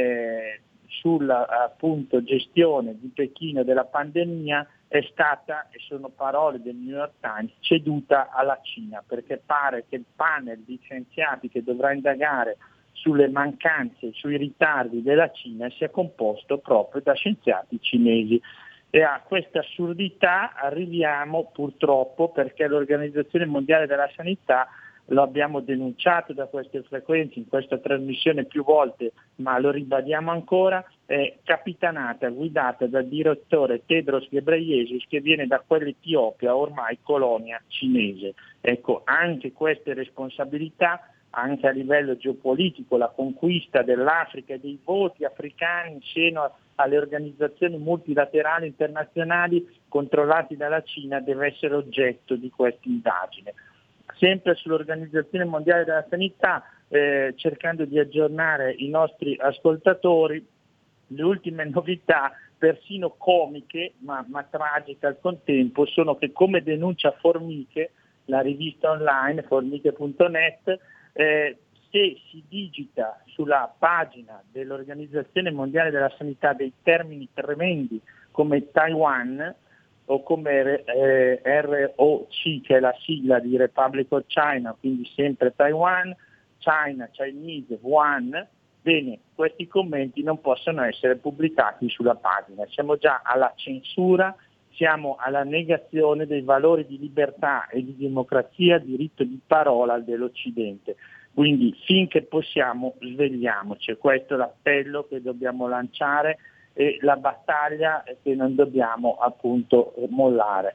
sulla appunto gestione di Pechino della pandemia è stata, e sono parole del New York Times, ceduta alla Cina, perché pare che il panel di scienziati che dovrà indagare sulle mancanze, sui ritardi della Cina sia composto proprio da scienziati cinesi. E a questa assurdità arriviamo purtroppo perché l'Organizzazione Mondiale della Sanità, lo abbiamo denunciato da queste frequenze in questa trasmissione più volte, ma lo ribadiamo ancora, è capitanata, guidata dal direttore Tedros Ghebreyesus, che viene da quell'Etiopia, ormai colonia cinese. Ecco, anche queste responsabilità, anche a livello geopolitico, la conquista dell'Africa e dei voti africani in seno alle organizzazioni multilaterali internazionali controllati dalla Cina, deve essere oggetto di questa indagine. Sempre sull'Organizzazione Mondiale della Sanità, cercando di aggiornare i nostri ascoltatori, le ultime novità, persino comiche ma tragiche al contempo, sono che, come denuncia Formiche, la rivista online formiche.net, se si digita sulla pagina dell'Organizzazione Mondiale della Sanità dei termini tremendi come Taiwan o come ROC, che è la sigla di Republic of China, quindi sempre Taiwan, China, Chinese, Wuhan, bene, questi commenti non possono essere pubblicati sulla pagina. Siamo già alla censura, siamo alla negazione dei valori di libertà e di democrazia, diritto di parola dell'Occidente. Quindi finché possiamo svegliamoci, questo è l'appello che dobbiamo lanciare e la battaglia che non dobbiamo appunto mollare.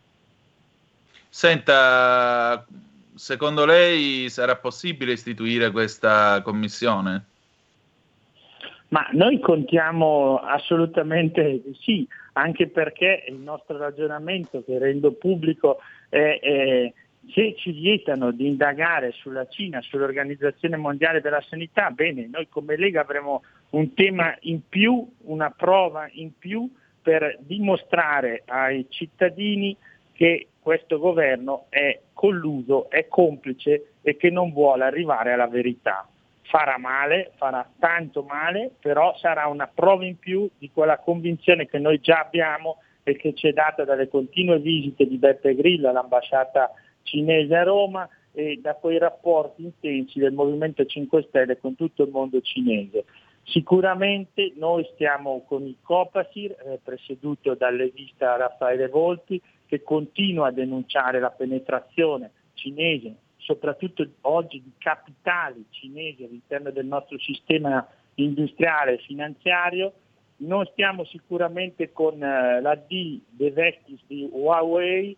Senta, secondo lei sarà possibile istituire questa commissione? Ma noi contiamo assolutamente sì, anche perché il nostro ragionamento, che rendo pubblico, è se ci vietano di indagare sulla Cina, sull'Organizzazione Mondiale della Sanità, bene, noi come Lega avremo un tema in più, una prova in più per dimostrare ai cittadini che questo governo è colluso, è complice e che non vuole arrivare alla verità. Farà male, farà tanto male, però sarà una prova in più di quella convinzione che noi già abbiamo e che ci è data dalle continue visite di Beppe Grillo all'ambasciata cinese a Roma e da quei rapporti intensi del Movimento 5 Stelle con tutto il mondo cinese. Sicuramente noi stiamo con il Copasir, presieduto dal leghista Raffaele Volpi, che continua a denunciare la penetrazione cinese, soprattutto oggi di capitali cinesi all'interno del nostro sistema industriale e finanziario. Non stiamo sicuramente con la De Vestis di Huawei,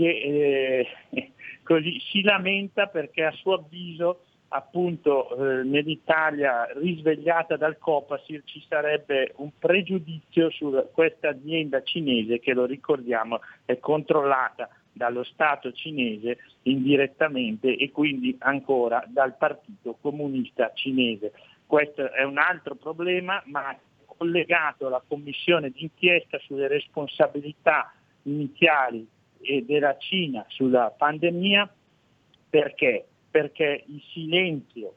che così si lamenta perché a suo avviso appunto nell'Italia risvegliata dal Copasir ci sarebbe un pregiudizio su questa azienda cinese che, lo ricordiamo, è controllata dallo Stato cinese indirettamente e quindi ancora dal Partito Comunista Cinese. Questo è un altro problema, ma collegato alla commissione d'inchiesta sulle responsabilità iniziali della Cina sulla pandemia. Perché? Perché il silenzio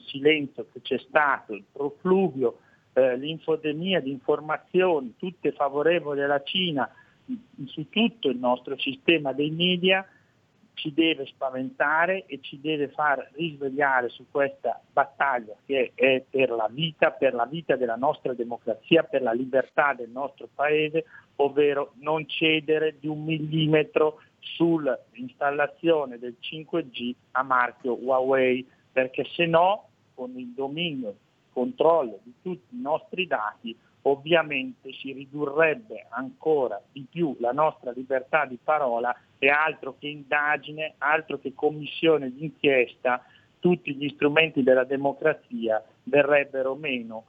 che c'è stato, il profluvio, l'infodemia di informazioni, tutte favorevoli alla Cina, su tutto il nostro sistema dei media, ci deve spaventare e ci deve far risvegliare su questa battaglia che è per la vita della nostra democrazia, per la libertà del nostro paese, ovvero non cedere di 1 millimetro sull'installazione del 5G a marchio Huawei, perché se no, con il dominio, controllo di tutti i nostri dati, ovviamente si ridurrebbe ancora di più la nostra libertà di parola e altro che indagine, altro che commissione d'inchiesta, tutti gli strumenti della democrazia verrebbero meno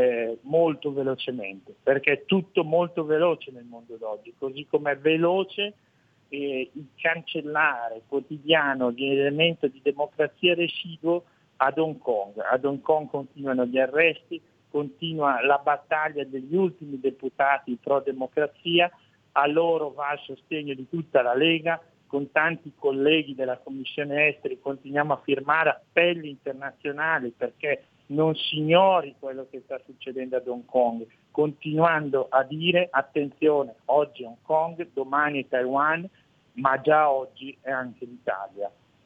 molto velocemente, perché è tutto molto veloce nel mondo d'oggi, così come è veloce il cancellare quotidiano di elemento di democrazia residuo ad Hong Kong. Ad Hong Kong continuano gli arresti, continua la battaglia degli ultimi deputati pro democrazia, a loro va il sostegno di tutta la Lega, con tanti colleghi della Commissione Esteri continuiamo a firmare appelli internazionali perché non si ignori quello che sta succedendo ad Hong Kong, continuando a dire attenzione, oggi Hong Kong, domani Taiwan, ma già oggi è anche l'Italia.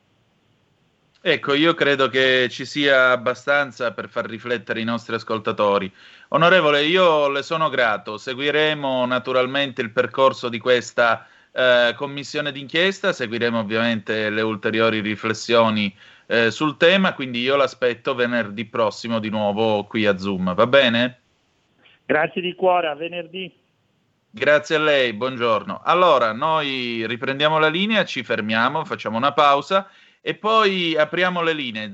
Ecco, io credo che ci sia abbastanza per far riflettere i nostri ascoltatori. Onorevole, io le sono grato, seguiremo naturalmente il percorso di questa commissione d'inchiesta, seguiremo ovviamente le ulteriori riflessioni sul tema, quindi io l'aspetto venerdì prossimo di nuovo qui a Zoom, va bene? Grazie di cuore, a venerdì. Grazie a lei, buongiorno. Allora, noi riprendiamo la linea, ci fermiamo, facciamo una pausa e poi apriamo le linee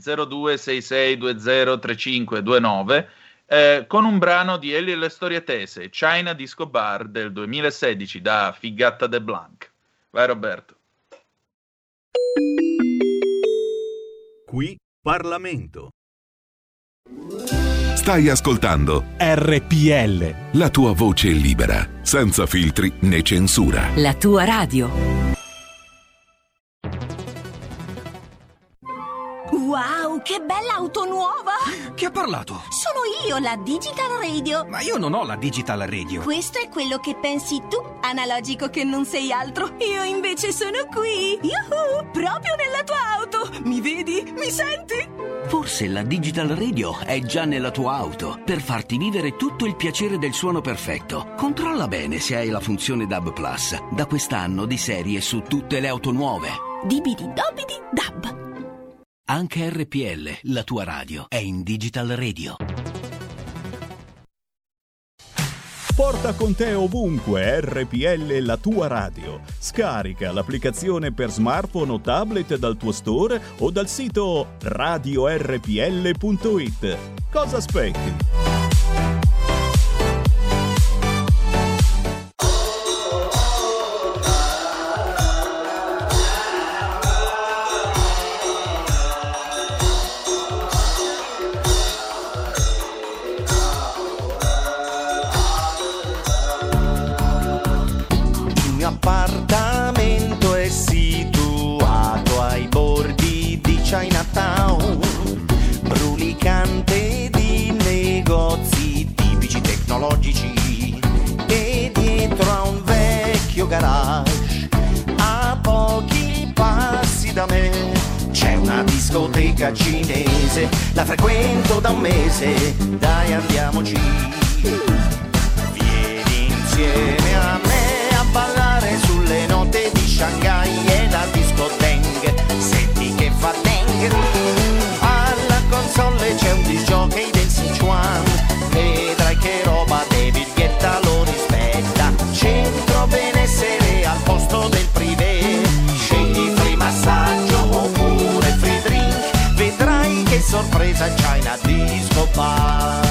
0266203529 con un brano di Elio e le storie tese, China Disco Bar del 2016 da Figata de Blanc. Vai Roberto. Qui Parlamento. Stai ascoltando RPL. la tua voce libera, senza filtri né censura. La tua radio. Wow, che bella auto nuova! Chi ha parlato? Sono io, la Digital Radio. Ma io non ho la Digital Radio. Questo è quello che pensi tu, analogico che non sei altro. Io invece sono qui, proprio nella tua auto. Mi vedi? Mi senti? Forse la Digital Radio è già nella tua auto per farti vivere tutto il piacere del suono perfetto. Controlla bene se hai la funzione DAB+, da quest'anno di serie su tutte le auto nuove. Dibidi dobidi dab. Anche RPL, la tua radio, è in Digital Radio. Porta con te ovunque RPL, la tua radio. Scarica l'applicazione per smartphone o tablet dal tuo store o dal sito radiorpl.it. Cosa aspetti? Appartamento è situato ai bordi di Chinatown, brulicante di negozi tipici tecnologici, e dietro a un vecchio garage, a pochi passi da me, c'è una discoteca cinese, la frequento da un mese, dai andiamoci. Vieni insieme a me a ballare sulle note di Shanghai e la disco Deng, senti che fa Deng. Alla console c'è un disc jockey del Sichuan, vedrai che roba, David Guetta lo rispetta. Centro benessere al posto del privé, scegli free massaggio oppure free drink, vedrai che sorpresa in China Disco Bar.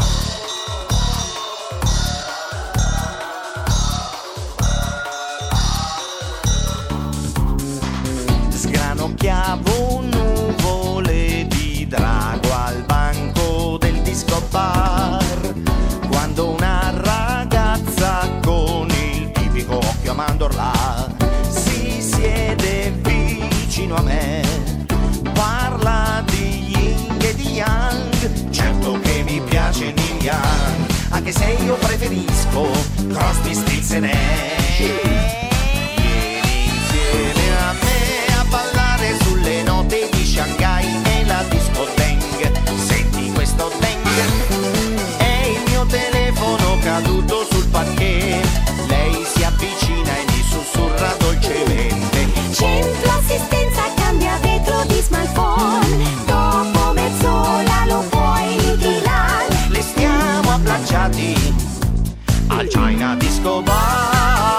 Sgranocchiavo nuvole di drago al banco del disco bar, quando una ragazza con il tipico occhio a mandorla si siede vicino a me, parla di yin e di yang, certo che mi piace Neil Young, anche se io preferisco Crosby, Stills e Nash. Vieni insieme a me a ballare sulle note di Shanghai e la disco Deng, senti questo Deng, è il mio telefono caduto sul parquet, lei si avvicina e mi sussurra dolcemente. Centro assistenza cambia vetro di smartphone, dopo mezz'ora lo puoi ritirare. Le stiamo abbracciati al China Disco Bar.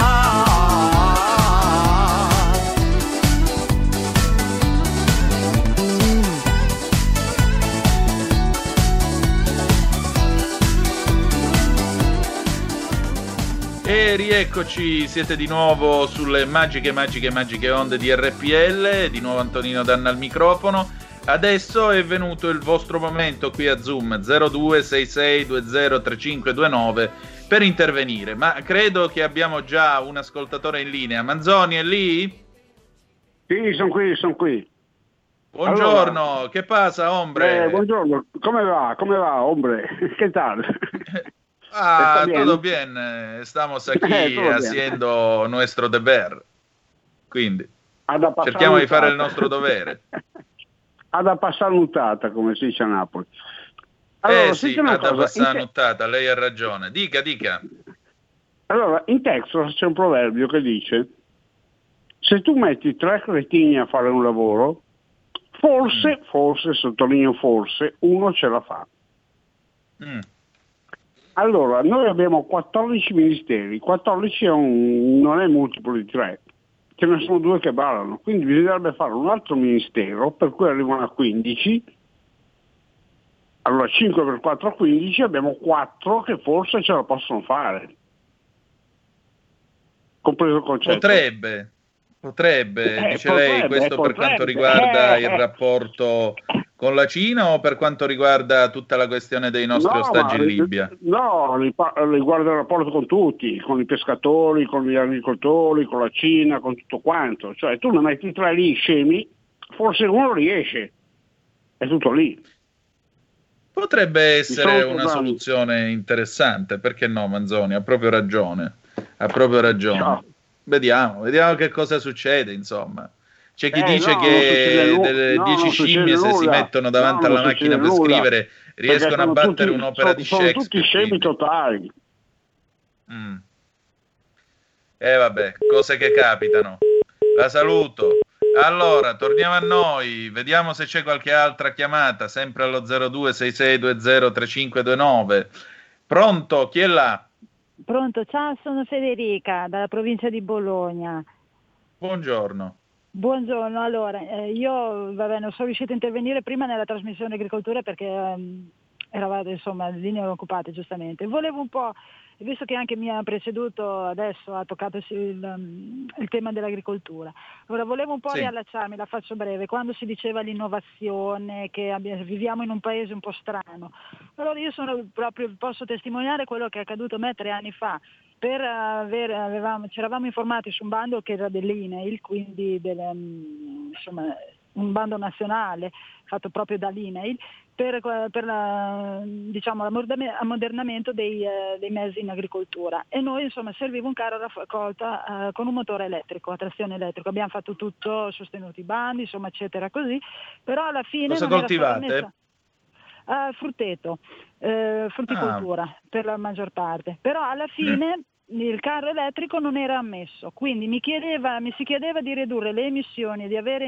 E rieccoci, siete di nuovo sulle magiche onde di RPL, di nuovo Antonino Danna al microfono. Adesso è venuto il vostro momento qui a Zoom 0266203529 per intervenire, ma credo che abbiamo già un ascoltatore in linea. Manzoni è lì? Sì, sono qui. Buongiorno, allora, che pasa, ombre? Buongiorno, come va, ombre? Che tal? Todo bien, estamos aquí haciendo nuestro deber, quindi cerchiamo di fare il nostro dovere. Ad passare nuttata, come si dice a Napoli. Allora, sì, ad passare nuttata, lei ha ragione. Dica. Allora, in Texas c'è un proverbio che dice: se tu metti 3 cretini a fare un lavoro, forse, sottolineo forse, uno ce la fa. Allora, noi abbiamo 14 ministeri, 14 non è multiplo di 3, ce ne sono 2 che ballano, quindi bisognerebbe fare un altro ministero, per cui arrivano a 15, allora 5 per 4 15, abbiamo 4 che forse ce la possono fare, compreso il concetto. Potrebbe, dice lei, questo per quanto riguarda il rapporto con la Cina o per quanto riguarda tutta la questione dei nostri ostaggi in Libia? No, riguarda il rapporto con tutti, con i pescatori, con gli agricoltori, con la Cina, con tutto quanto. Cioè tu ne metti 3 lì scemi, forse uno riesce, è tutto lì. Potrebbe essere una soluzione interessante, perché no, Manzoni, ha proprio ragione. No. Vediamo che cosa succede, insomma. C'è chi dice che delle 10 scimmie, se si mettono davanti alla macchina per scrivere, riescono a battere un'opera di Shakespeare. Sono tutti scemi totali. Vabbè, cose che capitano. La saluto. Allora, torniamo a noi, vediamo se c'è qualche altra chiamata, sempre allo 0266203529. Pronto, chi è là? Pronto, ciao, sono Federica, dalla provincia di Bologna. Buongiorno. Buongiorno, allora, io non sono riuscita a intervenire prima nella trasmissione agricoltura perché eravate linee occupate giustamente. Volevo un po', visto che anche mi ha preceduto adesso, ha toccato il tema dell'agricoltura, allora volevo un po' riallacciarmi, la faccio breve, quando si diceva l'innovazione, che viviamo in un paese un po' strano. Allora io posso testimoniare quello che è accaduto a me 3 anni fa. Ci eravamo informati su un bando che era dell'INAIL, quindi un bando nazionale fatto proprio dall'INAIL per l'ammodernamento dei mezzi in agricoltura, e noi insomma serviva un carro raccolta con un motore elettrico, a trazione elettrica. Abbiamo fatto tutto, sostenuti i bandi, insomma, eccetera, così, però alla fine cosa non coltivate? era stata messa frutteto, frutticoltura per la maggior parte, però alla fine il carro elettrico non era ammesso, quindi mi si chiedeva di ridurre le emissioni, di avere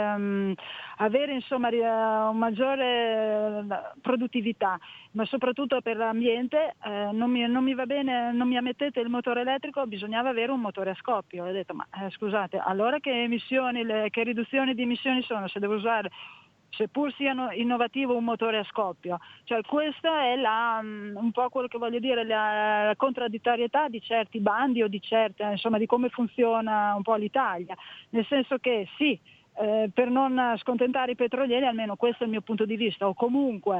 insomma una maggiore produttività, ma soprattutto per l'ambiente. Non mi va bene, non mi ammettete il motore elettrico, bisognava avere un motore a scoppio. Ho detto, ma scusate, allora che riduzioni di emissioni sono se devo usare, seppur siano innovativo, un motore a scoppio? Cioè questa è un po' quello che voglio dire, la contraddittorietà di certi bandi o di come funziona un po' l'Italia, nel senso che sì, per non scontentare i petrolieri, almeno questo è il mio punto di vista, o comunque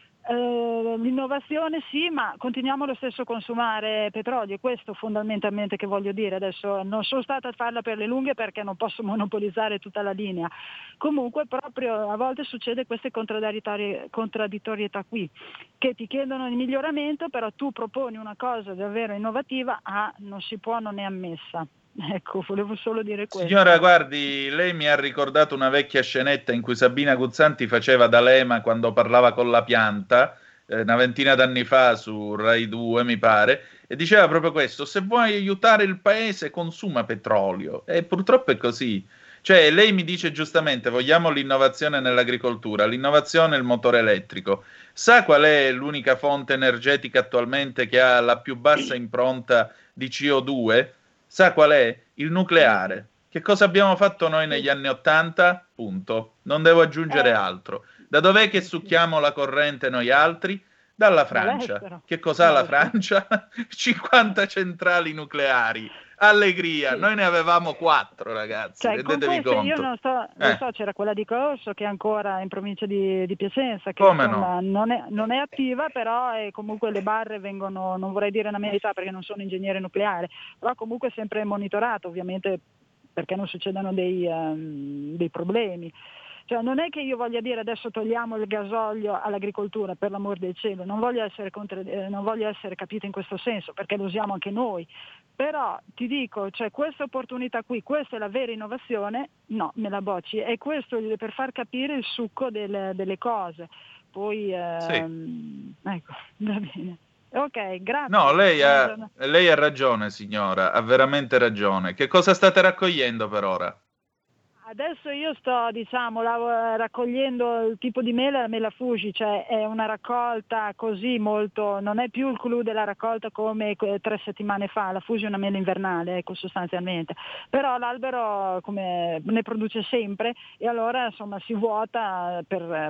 l'innovazione sì, ma continuiamo lo stesso a consumare petrolio. Questo fondamentalmente che voglio dire. Adesso non sono stata a farla per le lunghe perché non posso monopolizzare tutta la linea. Comunque proprio a volte succede queste contraddittorietà qui, che ti chiedono il miglioramento, però tu proponi una cosa davvero innovativa, non si può, non è ammessa. Ecco, volevo solo dire questo. Signora, guardi, lei mi ha ricordato una vecchia scenetta in cui Sabina Guzzanti faceva D'Alema quando parlava con la pianta, una ventina d'anni fa su Rai 2, mi pare, e diceva proprio questo: se vuoi aiutare il paese consuma petrolio, e purtroppo è così. Cioè, lei mi dice giustamente, vogliamo l'innovazione nell'agricoltura, l'innovazione è il motore elettrico. Sa qual è l'unica fonte energetica attualmente che ha la più bassa impronta di CO2? Sa qual è? Il nucleare. Che cosa abbiamo fatto noi negli anni '80? Punto. Non devo aggiungere altro. Da dov'è che succhiamo la corrente noi altri? Dalla Francia. Che cos'ha la Francia? 50 centrali nucleari. Allegria, noi ne avevamo 4, ragazzi, rendetevi conto. Io non so, c'era quella di Corso che è ancora in provincia di Piacenza, che come insomma, no? non è attiva, però comunque le barre vengono, non vorrei dire una verità perché non sono ingegnere nucleare, però comunque sempre monitorato, ovviamente, perché non succedano dei problemi. Cioè non è che io voglia dire adesso togliamo il gasolio all'agricoltura, per l'amor del cielo, non voglio essere capita in questo senso, perché lo usiamo anche noi, però ti dico, cioè questa opportunità qui, questa è la vera innovazione, no, me la bocci, è questo per far capire il succo delle cose. Poi ecco, va bene. Ok, grazie. No, lei ha ragione, signora, ha veramente ragione. Che cosa state raccogliendo per ora? Adesso io sto, raccogliendo il tipo di mela Fuji, cioè è una raccolta così molto, non è più il clou della raccolta come 3 settimane fa, la Fuji è una mela invernale, ecco, sostanzialmente, però l'albero come ne produce sempre e allora insomma si vuota per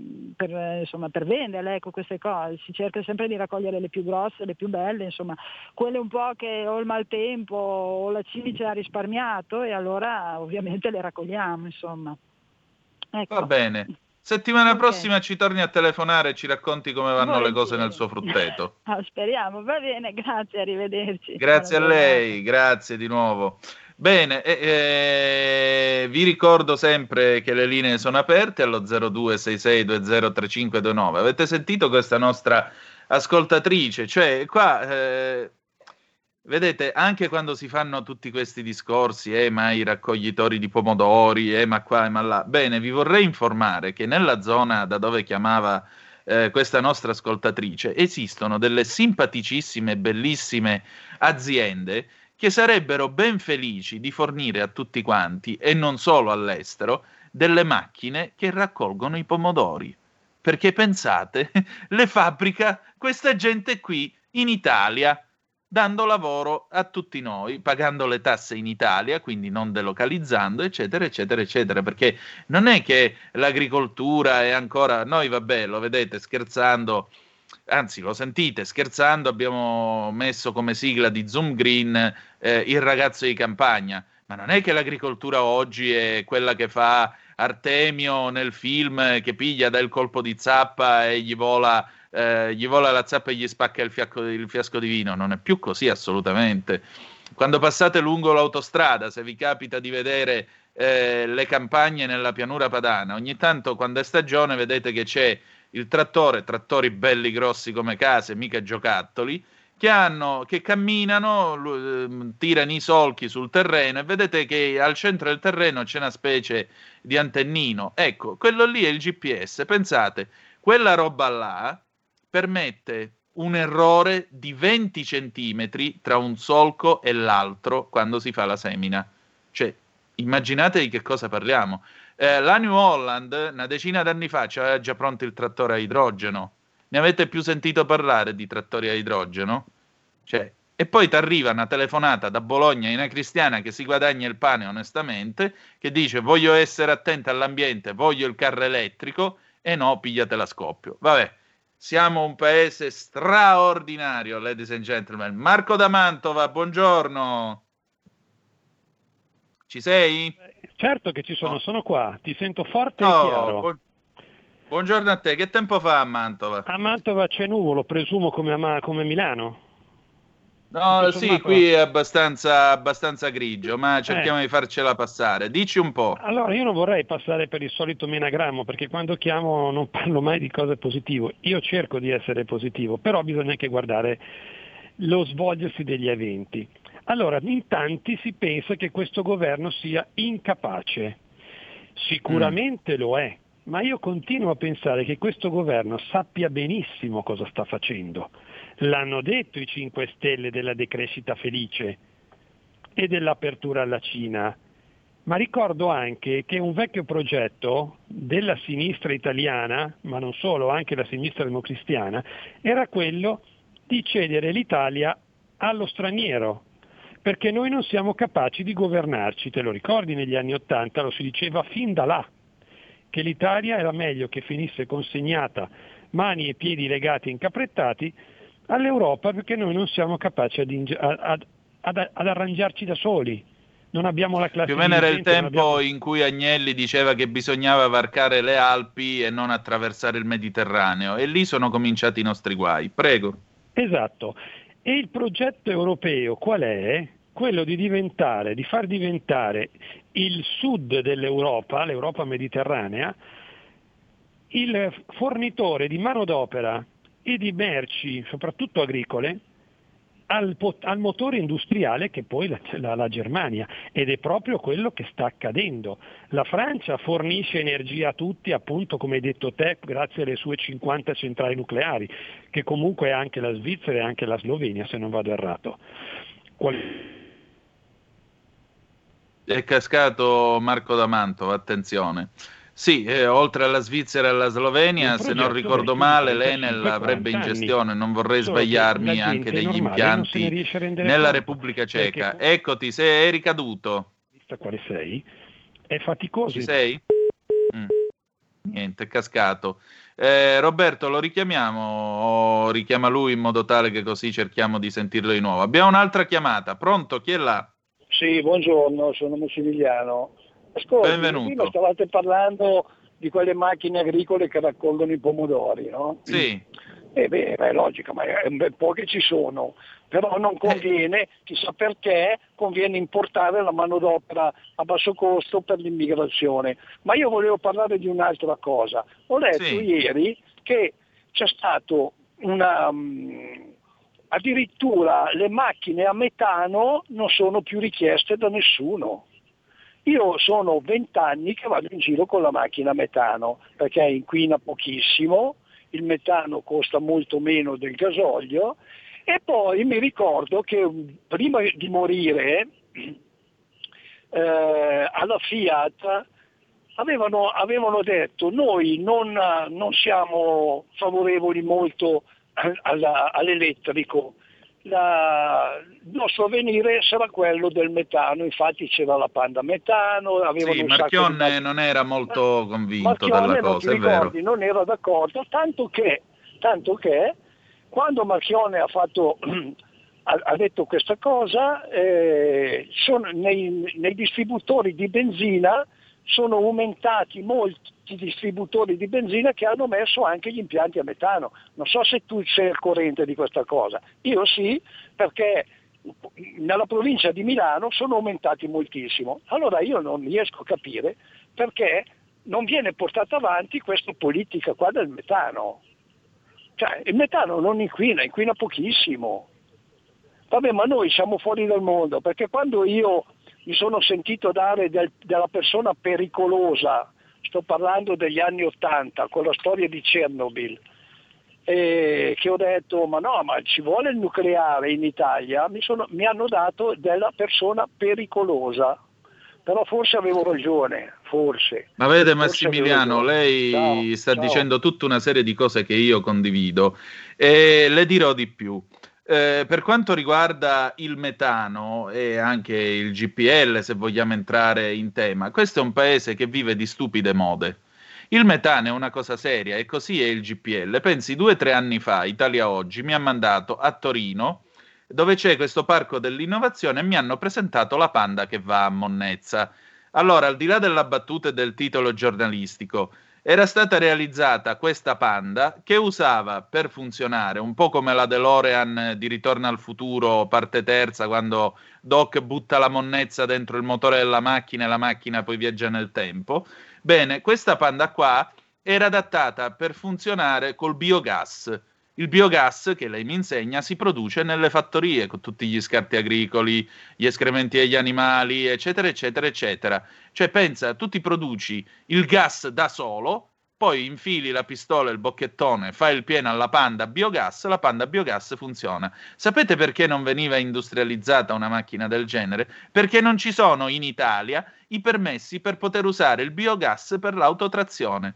venderle, ecco, queste cose, si cerca sempre di raccogliere le più grosse, le più belle, insomma, quelle un po' che o il maltempo o la cimice ha risparmiato e allora ovviamente le raccogliamo, insomma. Ecco. Va bene. Settimana prossima ci torni a telefonare e ci racconti come vanno le cose nel suo frutteto. Speriamo, va bene, grazie, arrivederci. Grazie a lei, grazie di nuovo. Bene, vi ricordo sempre che le linee sono aperte allo 0266203529. Avete sentito questa nostra ascoltatrice? Cioè, qua... vedete, anche quando si fanno tutti questi discorsi, ma i raccoglitori di pomodori, ma qua, ma là, bene, vi vorrei informare che nella zona da dove chiamava questa nostra ascoltatrice esistono delle simpaticissime e bellissime aziende che sarebbero ben felici di fornire a tutti quanti, e non solo all'estero, delle macchine che raccolgono i pomodori. Perché pensate, le fabbrica questa gente qui in Italia, dando lavoro a tutti noi, pagando le tasse in Italia, quindi non delocalizzando, eccetera, eccetera, eccetera, perché non è che l'agricoltura è ancora... Noi, vabbè, lo vedete, scherzando, anzi, lo sentite, scherzando, abbiamo messo come sigla di Zoom Green il ragazzo di campagna, ma non è che l'agricoltura oggi è quella che fa Artemio nel film, che piglia, dà il colpo di zappa e gli vola la zappa e gli spacca il fiasco di vino. Non è più così, assolutamente. quando passate lungo l'autostrada, se vi capita di vedere le campagne nella pianura padana, ogni tanto quando è stagione vedete che c'è il trattori belli grossi come case, mica giocattoli, che camminano, tirano i solchi sul terreno, e vedete che al centro del terreno c'è una specie di antennino. Ecco, quello lì è il GPS. Pensate, quella roba là permette un errore di 20 centimetri tra un solco e l'altro quando si fa la semina. Cioè, immaginate di che cosa parliamo. La New Holland una decina d'anni fa c'aveva già pronto il trattore a idrogeno. Ne avete più sentito parlare di trattori a idrogeno? Cioè, e poi ti arriva una telefonata da Bologna in una cristiana che si guadagna il pane onestamente, che dice voglio essere attenta all'ambiente, voglio il carro elettrico, e no, pigliatela a scoppio. Vabbè, siamo un paese straordinario, ladies and gentlemen. Marco da Mantova, buongiorno. Ci sei? Certo che ci sono, sono qua, ti sento forte e chiaro. Buongiorno a te, che tempo fa a Mantova? A Mantova c'è nuvolo, presumo come Milano? No, sì, qui è abbastanza grigio, ma cerchiamo di farcela passare. Dici un po'. Allora, io non vorrei passare per il solito menagrammo, perché quando chiamo non parlo mai di cose positive. Io cerco di essere positivo, però bisogna anche guardare lo svolgersi degli eventi. Allora, in tanti si pensa che questo governo sia incapace. Sicuramente lo è, ma io continuo a pensare che questo governo sappia benissimo cosa sta facendo. L'hanno detto i 5 Stelle della decrescita felice e dell'apertura alla Cina, ma ricordo anche che un vecchio progetto della sinistra italiana, ma non solo, anche la sinistra democristiana, era quello di cedere l'Italia allo straniero, perché noi non siamo capaci di governarci. Te lo ricordi, negli anni '80 lo si diceva fin da là, che l'Italia era meglio che finisse consegnata mani e piedi legati e incaprettati all'Europa, perché noi non siamo capaci ad arrangiarci da soli, non abbiamo la classe più o meno era il tempo abbiamo... in cui Agnelli diceva che bisognava varcare le Alpi e non attraversare il Mediterraneo, e lì sono cominciati i nostri guai. Prego. Esatto, e il progetto europeo qual è? Quello di far diventare il sud dell'Europa, l'Europa mediterranea, il fornitore di manodopera e di merci, soprattutto agricole, al motore industriale che poi la Germania, ed è proprio quello che sta accadendo. La Francia fornisce energia a tutti, appunto come hai detto te, grazie alle sue 50 centrali nucleari, che comunque è anche la Svizzera e anche la Slovenia, se non vado errato. È cascato Marco da Mantova, attenzione. Sì, oltre alla Svizzera e alla Slovenia, se non ricordo male, l'Enel avrebbe in gestione, non vorrei sbagliarmi, anche degli impianti nella Repubblica Ceca. Perché... Eccoti, se eri caduto. Quale sei? È faticoso. Ci sei? Niente, è cascato. Roberto, lo richiamiamo o richiama lui in modo tale che così cerchiamo di sentirlo di nuovo? Abbiamo un'altra chiamata. Pronto? Chi è là? Sì, buongiorno, sono Massimiliano. Ascolta, prima stavate parlando di quelle macchine agricole che raccolgono i pomodori, no? Sì. È logico, ma è un bel po' che ci sono, però non conviene, chissà perché, conviene importare la manodopera a basso costo per l'immigrazione. Ma io volevo parlare di un'altra cosa. Ho letto ieri che c'è stato addirittura le macchine a metano non sono più richieste da nessuno. Io sono 20 anni che vado in giro con la macchina a metano, perché inquina pochissimo, il metano costa molto meno del gasolio, e poi mi ricordo che prima di morire alla Fiat avevano detto noi non siamo favorevoli molto all'elettrico, il nostro avvenire sarà quello del metano, infatti c'era la Panda metano. Sì, Marchionne non era molto convinto dalla cosa, è vero. Non era d'accordo, tanto che quando Marchionne ha detto questa cosa, nei distributori di benzina sono aumentati molti distributori di benzina che hanno messo anche gli impianti a metano. Non so se tu sei al corrente di questa cosa. Io sì, perché nella provincia di Milano sono aumentati moltissimo. Allora io non riesco a capire perché non viene portata avanti questa politica qua del metano. Cioè, il metano non inquina pochissimo. Vabbè, ma noi siamo fuori dal mondo, perché quando io mi sono sentito dare della persona pericolosa, sto parlando degli anni '80, con la storia di Chernobyl, che ho detto, ma ci vuole il nucleare in Italia, mi hanno dato della persona pericolosa. Però forse avevo ragione, forse. Ma vede Massimiliano, lei sta dicendo tutta una serie di cose che io condivido e le dirò di più. Per quanto riguarda il metano e anche il GPL, se vogliamo entrare in tema, questo è un paese che vive di stupide mode. Il metano è una cosa seria e così è il GPL. Pensi, 2 o 3 anni fa, Italia Oggi mi ha mandato a Torino, dove c'è questo parco dell'innovazione, e mi hanno presentato la Panda che va a monnezza. Allora, al di là della battuta e del titolo giornalistico, era stata realizzata questa Panda che usava per funzionare, un po' come la DeLorean di Ritorno al futuro, parte terza, quando Doc butta la monnezza dentro il motore della macchina e la macchina poi viaggia nel tempo. Bene, questa Panda qua era adattata per funzionare col biogas. Il biogas, che lei mi insegna, si produce nelle fattorie con tutti gli scarti agricoli, gli escrementi degli animali, eccetera, eccetera, eccetera. Cioè pensa, tu ti produci il gas da solo, poi infili la pistola e il bocchettone, fai il pieno alla Panda biogas, la Panda biogas funziona. Sapete perché non veniva industrializzata una macchina del genere? Perché non ci sono in Italia i permessi per poter usare il biogas per l'autotrazione.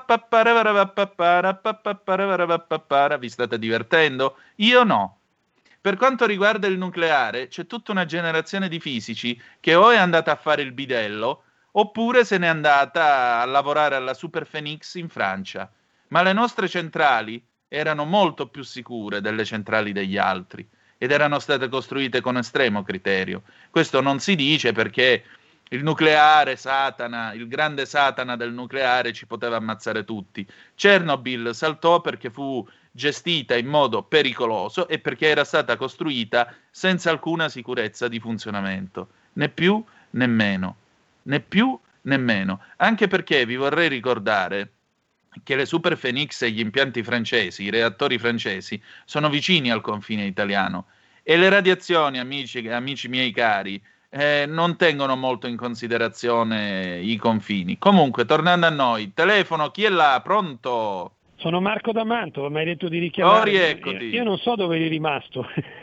Vi state divertendo? Io no. Per quanto riguarda il nucleare, c'è tutta una generazione di fisici che o è andata a fare il bidello oppure se n'è andata a lavorare alla Super Phoenix in Francia. Ma le nostre centrali erano molto più sicure delle centrali degli altri ed erano state costruite con estremo criterio. Questo non si dice perché il nucleare, Satana, il grande Satana del nucleare ci poteva ammazzare tutti. Chernobyl saltò perché fu gestita in modo pericoloso e perché era stata costruita senza alcuna sicurezza di funzionamento. Né più né meno. Né più né meno. Anche perché vi vorrei ricordare che le Super Phoenix e gli impianti francesi, i reattori francesi, sono vicini al confine italiano. E le radiazioni, amici miei cari, non tengono molto in considerazione i confini. Comunque, tornando a noi, telefono, chi è là? Pronto? Sono Marco da Mantova, mi hai detto di richiamare. Rieccoti. Io non so dove eri rimasto.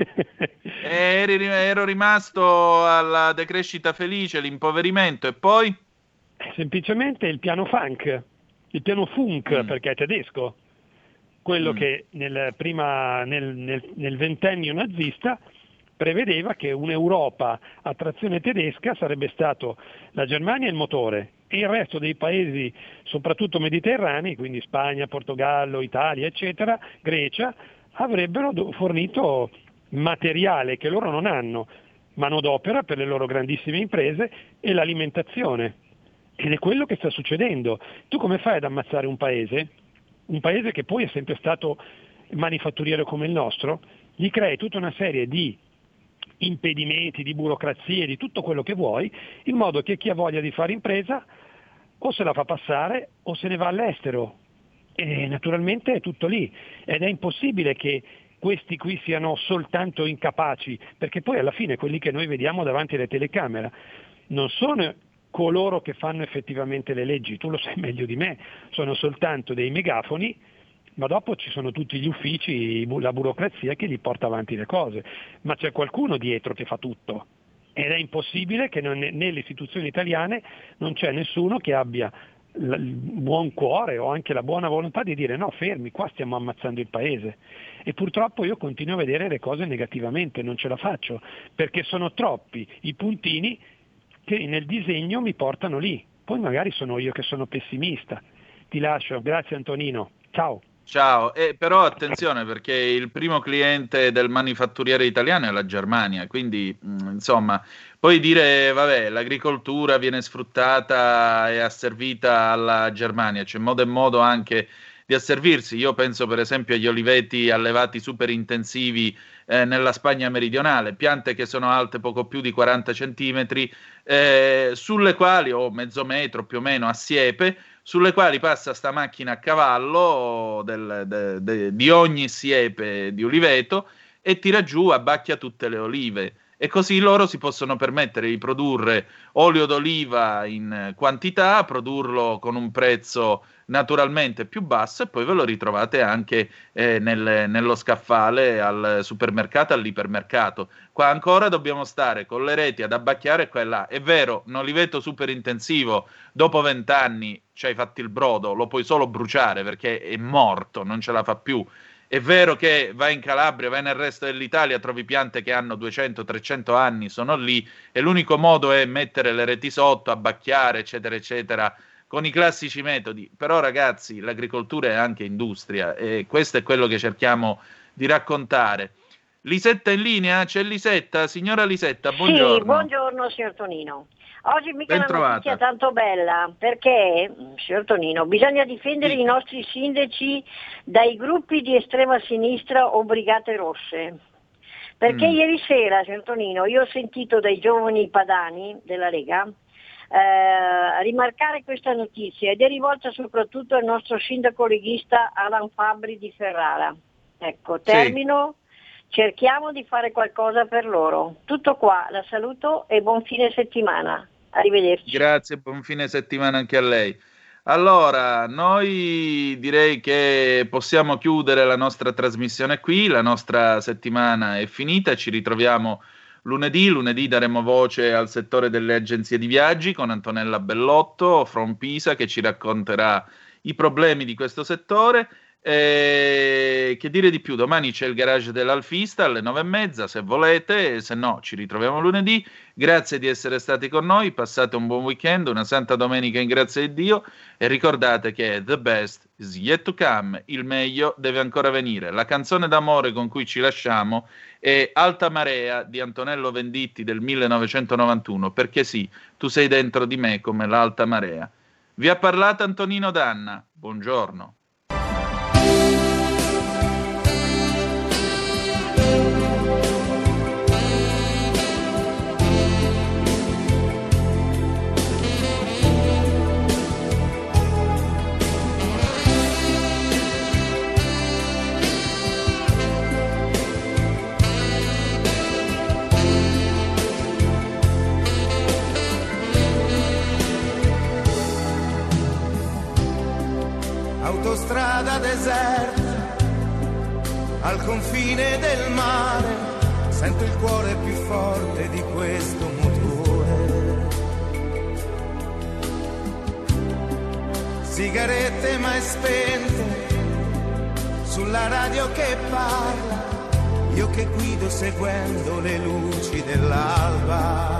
Ero rimasto alla decrescita felice, l'impoverimento e poi? Semplicemente il piano funk, il piano funk, perché è tedesco. Quello che nel ventennio nazista prevedeva che un'Europa a trazione tedesca sarebbe stato la Germania il motore e il resto dei paesi, soprattutto mediterranei, quindi Spagna, Portogallo, Italia, eccetera, Grecia, avrebbero fornito materiale che loro non hanno, manodopera per le loro grandissime imprese e l'alimentazione. Ed è quello che sta succedendo. Tu come fai ad ammazzare un paese? Un paese che poi è sempre stato manifatturiero come il nostro? Gli crei tutta una serie di impedimenti, di burocrazie, di tutto quello che vuoi, in modo che chi ha voglia di fare impresa o se la fa passare o se ne va all'estero. E naturalmente è tutto lì. Ed è impossibile che questi qui siano soltanto incapaci, perché poi alla fine quelli che noi vediamo davanti alle telecamere non sono coloro che fanno effettivamente le leggi, tu lo sai meglio di me, sono soltanto dei megafoni, ma dopo ci sono tutti gli uffici, la burocrazia che gli porta avanti le cose, ma c'è qualcuno dietro che fa tutto ed è impossibile che nelle istituzioni italiane non c'è nessuno che abbia il buon cuore o anche la buona volontà di dire no, fermi, qua stiamo ammazzando il paese. E purtroppo io continuo a vedere le cose negativamente, non ce la faccio, perché sono troppi i puntini che nel disegno mi portano lì. Poi magari sono io che sono pessimista. Ti lascio, grazie Antonino, ciao. Ciao, però attenzione perché il primo cliente del manifatturiere italiano è la Germania, quindi insomma, poi dire vabbè, l'agricoltura viene sfruttata e asservita alla Germania, c'è modo e modo anche di asservirsi. Io penso per esempio agli oliveti allevati super intensivi nella Spagna meridionale, piante che sono alte poco più di 40 centimetri, sulle quali, o mezzo metro più o meno a siepe, sulle quali passa sta macchina a cavallo di ogni siepe di oliveto e tira giù, abbacchia tutte le olive. E così loro si possono permettere di produrre olio d'oliva in quantità, produrlo con un prezzo naturalmente più basso e poi ve lo ritrovate anche nello scaffale al supermercato, all'ipermercato. Qua ancora dobbiamo stare con le reti ad abbacchiare qua e là. È vero, un oliveto super intensivo dopo 20 anni ci hai fatto il brodo, lo puoi solo bruciare perché è morto, non ce la fa più. È vero che vai in Calabria, vai nel resto dell'Italia, trovi piante che hanno 200-300 anni, sono lì, e l'unico modo è mettere le reti sotto, abbacchiare, eccetera, eccetera, con i classici metodi. Però ragazzi, l'agricoltura è anche industria e questo è quello che cerchiamo di raccontare. Lisetta in linea? C'è Lisetta? Signora Lisetta, buongiorno. Sì, buongiorno signor Tonino. Oggi mica Ben una notizia tanto bella, perché, signor Tonino, bisogna difendere i nostri sindaci dai gruppi di estrema sinistra o brigate rosse. Perché ieri sera, signor Tonino, io ho sentito dai giovani padani della Lega rimarcare questa notizia, ed è rivolta soprattutto al nostro sindaco leghista Alan Fabbri di Ferrara. Ecco, termino. Sì. Cerchiamo di fare qualcosa per loro. Tutto qua, la saluto e buon fine settimana. Arrivederci. Grazie, buon fine settimana anche a lei. Allora, noi direi che possiamo chiudere la nostra trasmissione qui, la nostra settimana è finita, ci ritroviamo lunedì daremo voce al settore delle agenzie di viaggi con Antonella Bellotto from Pisa che ci racconterà i problemi di questo settore. Che dire di più? Domani c'è il garage dell'Alfista alle 9:30 se volete, se no ci ritroviamo lunedì. Grazie di essere stati con noi, passate un buon weekend, una santa domenica in grazia di Dio e ricordate che the best is yet to come, il meglio deve ancora venire. La canzone d'amore con cui ci lasciamo è Alta Marea di Antonello Venditti del 1991, perché sì, tu sei dentro di me come l'alta marea. Vi ha parlato Antonino Danna, buongiorno. Autostrada deserta, al confine del mare, sento il cuore più forte di questo motore. Sigarette mai spente, sulla radio che parla, io che guido seguendo le luci dell'alba.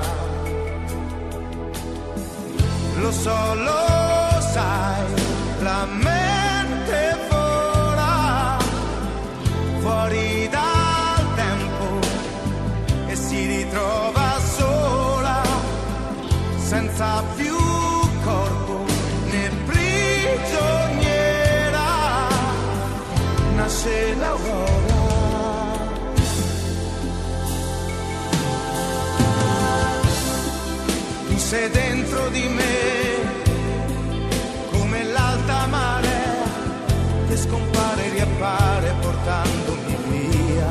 Lo so, lo sai, la mente vola fuori dal tempo e si ritrova sola, senza più corpo né prigioniera. Nasce l'aurora. Tu sei dentro di me, che scompare e riappare portandomi via.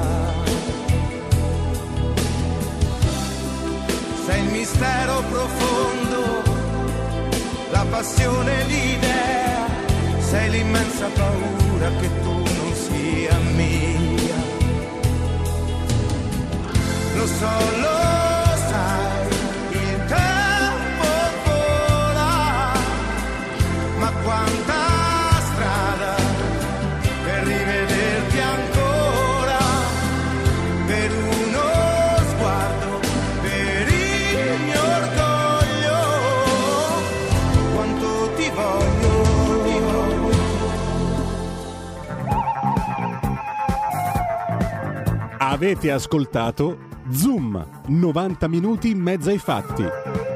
Sei il mistero profondo, la passione, l'idea, sei l'immensa paura che tu non sia mia. Lo so, lo sai, il tempo vola, ma quanta Avete ascoltato Zoom, 90 minuti in mezzo ai fatti.